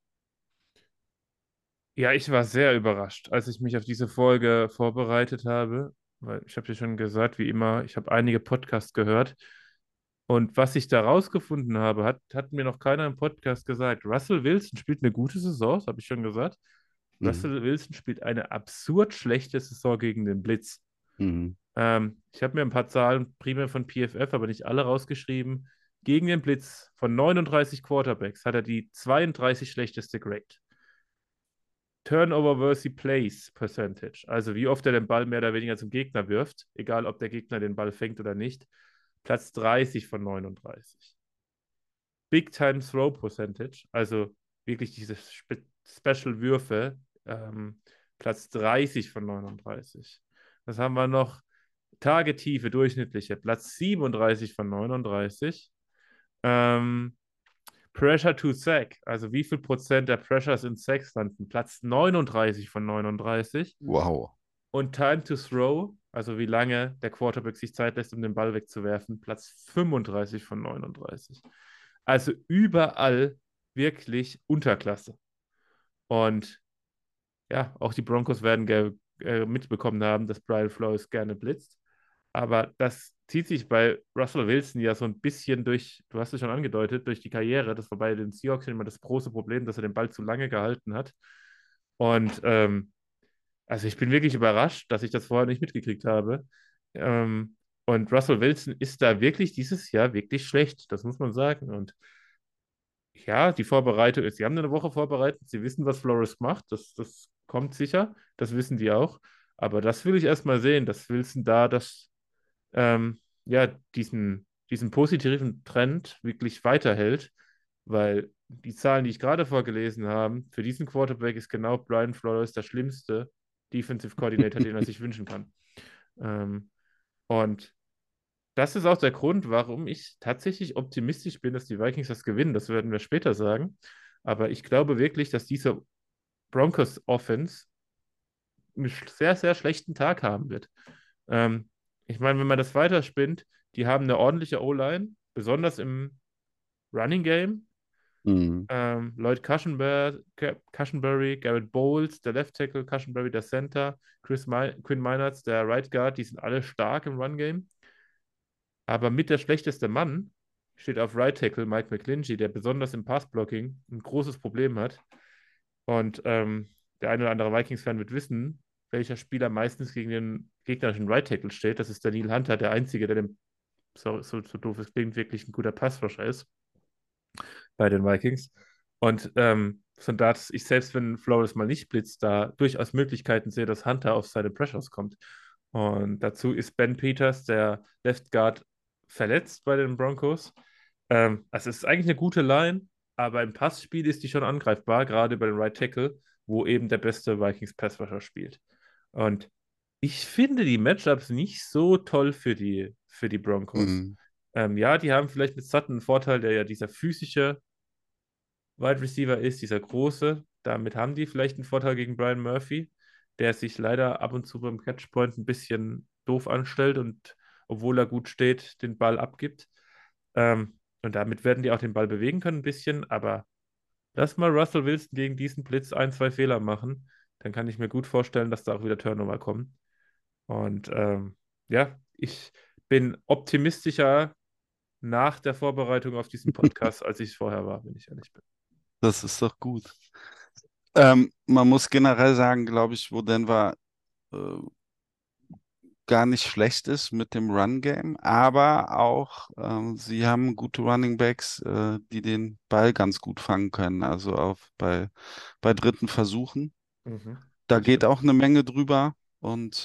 Ja, ich war sehr überrascht, als ich mich auf diese Folge vorbereitet habe, weil ich habe ja schon gesagt, wie immer, ich habe einige Podcasts gehört und was ich da rausgefunden habe, hat mir noch keiner im Podcast gesagt. Russell Wilson spielt eine gute Saison, das habe ich schon gesagt. Mhm. Russell Wilson spielt eine absurd schlechte Saison gegen den Blitz. Mhm. Ich habe mir ein paar Zahlen primär von PFF, aber nicht alle rausgeschrieben. Gegen den Blitz von 39 Quarterbacks hat er die 32 schlechteste Grade. Turnover-worthy Plays Percentage, also wie oft er den Ball mehr oder weniger zum Gegner wirft, egal ob der Gegner den Ball fängt oder nicht, Platz 30 von 39. Big Time Throw Percentage, also wirklich diese Special Würfe, Platz 30 von 39. Was haben wir noch? Tagetiefe durchschnittliche, Platz 37 von 39. Ähm, Pressure to Sack, also wie viel Prozent der Pressures in Sacks landen? Platz 39 von 39. Wow. Und Time to Throw, also wie lange der Quarterback sich Zeit lässt, um den Ball wegzuwerfen, Platz 35 von 39. Also überall wirklich Unterklasse. Und ja, auch die Broncos werden mitbekommen haben, dass Brian Flores gerne blitzt. Aber das zieht sich bei Russell Wilson ja so ein bisschen durch, du hast es schon angedeutet, durch die Karriere. Das war bei den Seahawks immer das große Problem, dass er den Ball zu lange gehalten hat. Und also ich bin wirklich überrascht, dass ich das vorher nicht mitgekriegt habe. Und Russell Wilson ist da wirklich dieses Jahr wirklich schlecht, das muss man sagen. Und ja, die Vorbereitung ist, sie haben eine Woche vorbereitet, sie wissen, was Flores macht, das kommt sicher, das wissen die auch. Aber das will ich erstmal sehen, dass Wilson da ja, diesen positiven Trend wirklich weiterhält, weil die Zahlen, die ich gerade vorgelesen habe, für diesen Quarterback ist genau Brian Flores der schlimmste Defensive Coordinator, den er sich wünschen kann. Ähm, und das ist auch der Grund, warum ich tatsächlich optimistisch bin, dass die Vikings das gewinnen. Das werden wir später sagen. Aber ich glaube wirklich, dass diese Broncos Offense einen sehr, sehr schlechten Tag haben wird. Ähm, Ich meine, wenn man das weiterspinnt, die haben eine ordentliche O-Line, besonders im Running Game. Mhm. Lloyd Cushenberry, Garrett Bowles, der Left Tackle, Cushenberry, der Center, Quinn Meinerz, der Right Guard, die sind alle stark im Run Game. Aber mit der schlechteste Mann steht auf Right Tackle Mike McGlinchey, der besonders im Pass-Blocking ein großes Problem hat. Und der eine oder andere Vikings-Fan wird wissen, welcher Spieler meistens gegen den gegnerischen Right Tackle steht. Das ist Daniel Hunter, der Einzige, der so doof es klingt, wirklich ein guter Passrusher ist bei den Vikings. Und von da, dass ich selbst, wenn Flores mal nicht blitzt, da durchaus Möglichkeiten sehe, dass Hunter auf seine Pressures kommt. Und dazu ist Ben Peters, der Left Guard, verletzt bei den Broncos. Also es ist eigentlich eine gute Line, aber im Passspiel ist die schon angreifbar, gerade bei den Right Tackle, wo eben der beste Vikings Passrusher spielt. Und ich finde die Matchups nicht so toll für die Broncos. Mhm. Ja, die haben vielleicht mit Sutton einen Vorteil, der ja dieser physische Wide Receiver ist, dieser große. Damit haben die vielleicht einen Vorteil gegen Brian Murphy, der sich leider ab und zu beim Catchpoint ein bisschen doof anstellt und obwohl er gut steht, den Ball abgibt. Und damit werden die auch den Ball bewegen können ein bisschen, aber lass mal Russell Wilson gegen diesen Blitz ein, zwei Fehler machen, dann kann ich mir gut vorstellen, dass da auch wieder Turnover kommen. Und ja, ich bin optimistischer nach der Vorbereitung auf diesen Podcast, als ich es vorher war, wenn ich ehrlich bin. Das ist doch gut. Man muss generell sagen, glaube ich, wo Denver äh, gar nicht schlecht ist mit dem Run-Game, aber auch sie haben gute Running Backs, die den Ball ganz gut fangen können, also bei dritten Versuchen. Mhm, Da das geht stimmt. auch eine Menge drüber und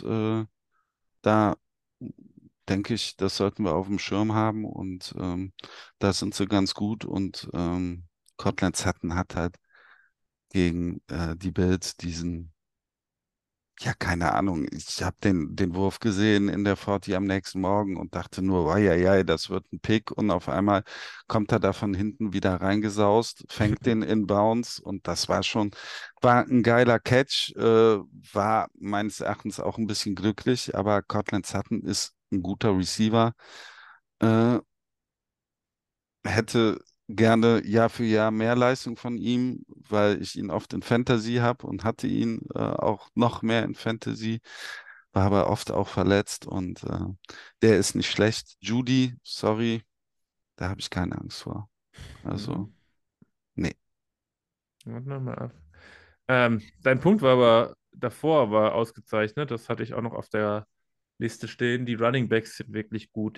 da denke ich, das sollten wir auf dem Schirm haben und da sind sie ganz gut und Cortland Sutton hat halt gegen die Bills diesen, ja, keine Ahnung, ich habe den Wurf gesehen in der 40 am nächsten Morgen und dachte nur, ja, das wird ein Pick und auf einmal kommt er da von hinten wieder reingesaust, fängt den in Bounce und das war ein geiler Catch, war meines Erachtens auch ein bisschen glücklich, aber Cortland Sutton ist ein guter Receiver, äh, hätte gerne Jahr für Jahr mehr Leistung von ihm, weil ich ihn oft in Fantasy habe und hatte ihn auch noch mehr in Fantasy, war aber oft auch verletzt und der ist nicht schlecht. Judy, sorry, da habe ich keine Angst vor. Also, Mhm. nee. Warte mal ab. Dein Punkt war aber davor war ausgezeichnet. Das hatte ich auch noch auf der Liste stehen. Die Running Backs sind wirklich gut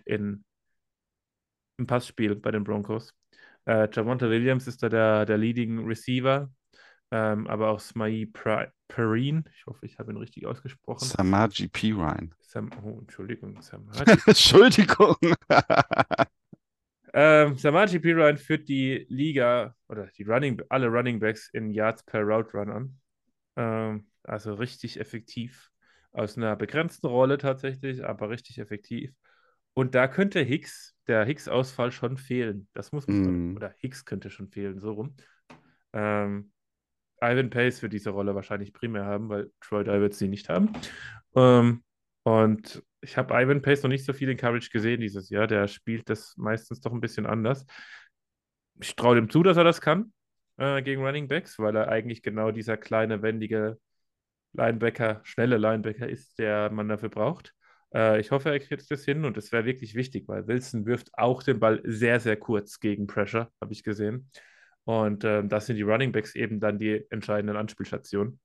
im Passspiel bei den Broncos. Javonte Williams ist da der Leading Receiver, aber auch Perine, ich hoffe, ich habe ihn richtig ausgesprochen. Samaji Perine. Entschuldigung, Samaji. Entschuldigung. Samaji Perine führt die Liga oder alle Running Backs in Yards per Route Run an. Also richtig effektiv. Aus einer begrenzten Rolle tatsächlich, aber richtig effektiv. Und da könnte der Hicks-Ausfall schon fehlen. Das muss man, Mm, oder Hicks könnte schon fehlen, so rum. Ähm, Ivan Pace wird diese Rolle wahrscheinlich primär haben, weil Troy Dye wird sie nicht haben. Ähm, und ich habe Ivan Pace noch nicht so viel in Coverage gesehen dieses Jahr. Der spielt das meistens doch ein bisschen anders. Ich traue dem zu, dass er das kann gegen Running Backs, weil er eigentlich genau dieser kleine, wendige Linebacker, schnelle Linebacker ist, der man dafür braucht. Ich hoffe, er kriegt das hin und es wäre wirklich wichtig, weil Wilson wirft auch den Ball sehr, sehr kurz gegen Pressure, habe ich gesehen. Und das sind die Running Backs eben dann die entscheidenden Anspielstationen.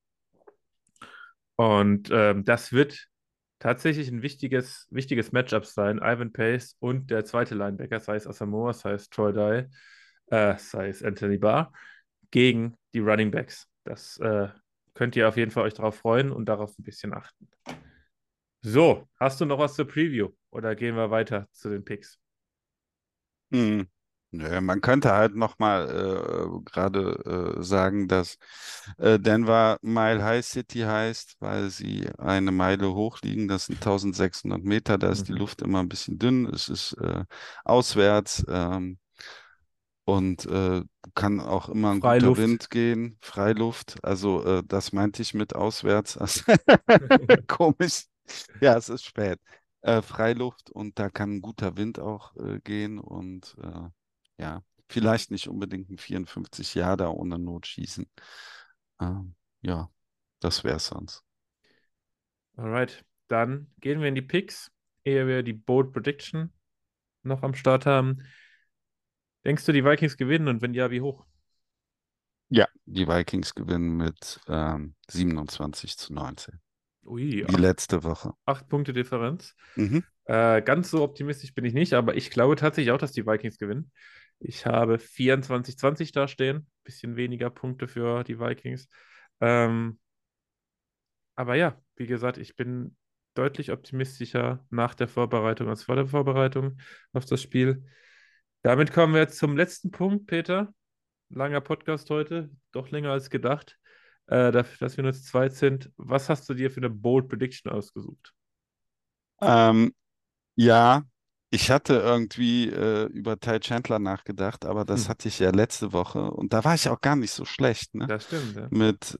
Und das wird tatsächlich ein wichtiges Matchup sein. Ivan Pace und der zweite Linebacker, sei es Asamoah, sei es Troy Dye, sei es Anthony Barr, gegen die Running Backs. Das könnt ihr auf jeden Fall euch darauf freuen und darauf ein bisschen achten. So, hast du noch was zur Preview oder gehen wir weiter zu den Picks? mm. Nö, man könnte halt nochmal gerade sagen, dass Denver Mile High City heißt, weil sie eine Meile hoch liegen. Das sind 1600 Meter, da ist die Mhm. Luft immer ein bisschen dünn. Es ist auswärts und kann auch immer ein guter Freiluft. Wind gehen, Freiluft. Also das meinte ich mit auswärts. Also, komisch. Ja, es ist spät. Freiluft und da kann ein guter Wind auch gehen und ja, vielleicht nicht unbedingt ein 54 Jahre ohne Not schießen. Ja, das wäre es sonst. Alright, dann gehen wir in die Picks, ehe wir die Bold Prediction noch am Start haben. Denkst du, die Vikings gewinnen und wenn ja, wie hoch? Ja, die Vikings gewinnen mit 27:19. Ui, wie letzte Woche. 8 Punkte Differenz. Mhm. Ganz so optimistisch bin ich nicht, aber ich glaube tatsächlich auch, dass die Vikings gewinnen. Ich habe 24-20 da stehen. Bisschen weniger Punkte für die Vikings. Ähm, aber ja, wie gesagt, ich bin deutlich optimistischer nach der Vorbereitung als vor der Vorbereitung auf das Spiel. Damit kommen wir jetzt zum letzten Punkt, Peter. Langer Podcast heute, doch länger als gedacht. Dafür, dass wir nur zu zweit sind. Was hast du dir für eine Bold Prediction ausgesucht? Ähm, ja, ich hatte irgendwie über Ty Chandler nachgedacht, aber das Hm, hatte ich ja letzte Woche und da war ich auch gar nicht so schlecht, ne? das stimmt, ja. Mit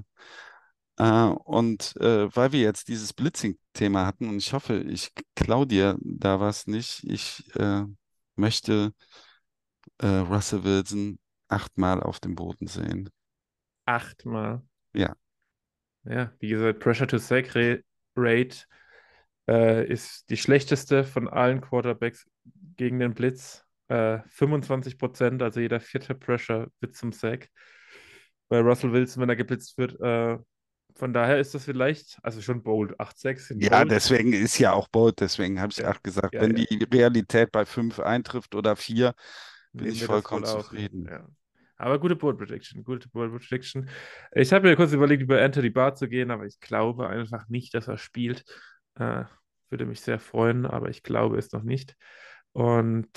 und weil wir jetzt dieses Blitzing-Thema hatten und ich hoffe, ich klau dir da was nicht. Ich möchte Russell Wilson 8-mal auf dem Boden sehen. 8-mal. Ja, Ja, wie gesagt, Pressure-to-Sack Rate ist die schlechteste von allen Quarterbacks gegen den Blitz. 25%, also jeder vierte Pressure wird zum Sack. Bei Russell Wilson, wenn er geblitzt wird. Von daher ist das vielleicht, also schon bold. 8-6 sind ja, bold. deswegen ist ja auch Bold, deswegen habe ich Ja, 8 gesagt. ja, Wenn ja. die Realität bei 5 eintrifft oder 4, bin Nehmen ich wir das vollkommen wohl auch. zufrieden. Ja. Aber gute Bold Prediction, gute Bold Prediction. Ich habe mir kurz überlegt, über Anthony Barr zu gehen, aber ich glaube einfach nicht, dass er spielt. Äh, Würde mich sehr freuen, aber ich glaube es noch nicht. Und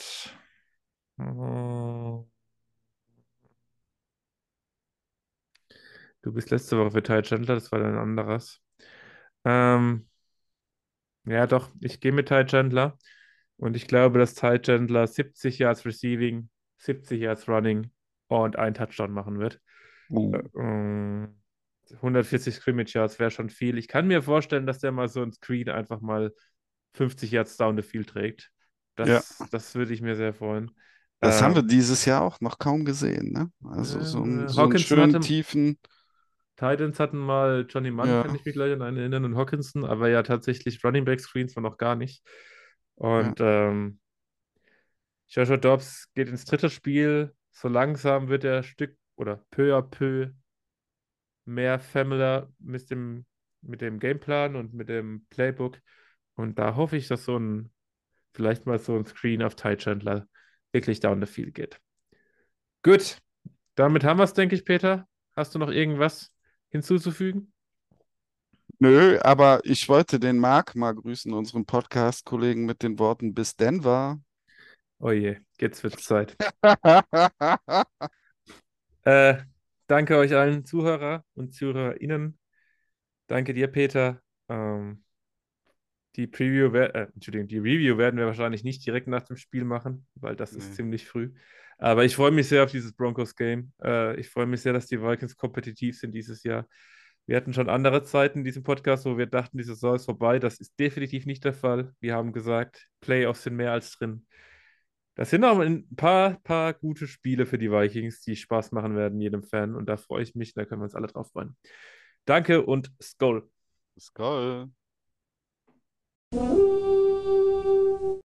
du bist letzte Woche für Ty Chandler, das war dann ein anderes. Ähm, ja, doch, ich gehe mit Ty Chandler und ich glaube, dass Ty Chandler 70 Yards Receiving, 70 Yards Running und einen Touchdown machen wird. Uh, 140 Scrimmage Yards wäre schon viel. Ich kann mir vorstellen, dass der mal so ein Screen einfach mal 50 Yards down the field trägt. ja, Das würde ich mir sehr freuen. das haben wir Ähm, dieses Jahr auch noch kaum gesehen, ne? Also so einen Hawkinson schönen hatte, tiefen, Titans hatten mal Johnny Mann, kann ja, ich mich gleich an einen erinnern, und Hawkinson, aber ja tatsächlich Running Back Screens war noch gar nicht. ja. Und Joshua Dobbs geht ins dritte Spiel. So langsam wird er Stück oder peu à peu mehr familiar mit dem Gameplan und mit dem Playbook. Und da hoffe ich, dass vielleicht mal so ein Screen auf Ty Chandler wirklich down the field geht. Gut, damit haben wir es, denke ich, Peter. Hast du noch irgendwas hinzuzufügen? Nö, aber ich wollte den Marc mal grüßen, unseren Podcast-Kollegen mit den Worten bis Denver. Oh je, jetzt wird's Zeit. Äh, Danke euch allen Zuhörer und ZuhörerInnen. Danke dir, Peter. Entschuldigung, die Review werden wir wahrscheinlich nicht direkt nach dem Spiel machen, weil das ist Nee. ziemlich früh. Aber ich freue mich sehr auf dieses Broncos-Game. Ich freue mich sehr, dass die Vikings kompetitiv sind dieses Jahr. Wir hatten schon andere Zeiten in diesem Podcast, wo wir dachten, die Saison ist vorbei. Das ist definitiv nicht der Fall. Wir haben gesagt, Playoffs sind mehr als drin. Das sind auch ein paar gute Spiele für die Vikings, die Spaß machen werden, jedem Fan. Und da freue ich mich, da können wir uns alle drauf freuen. Danke und Skol. Skol.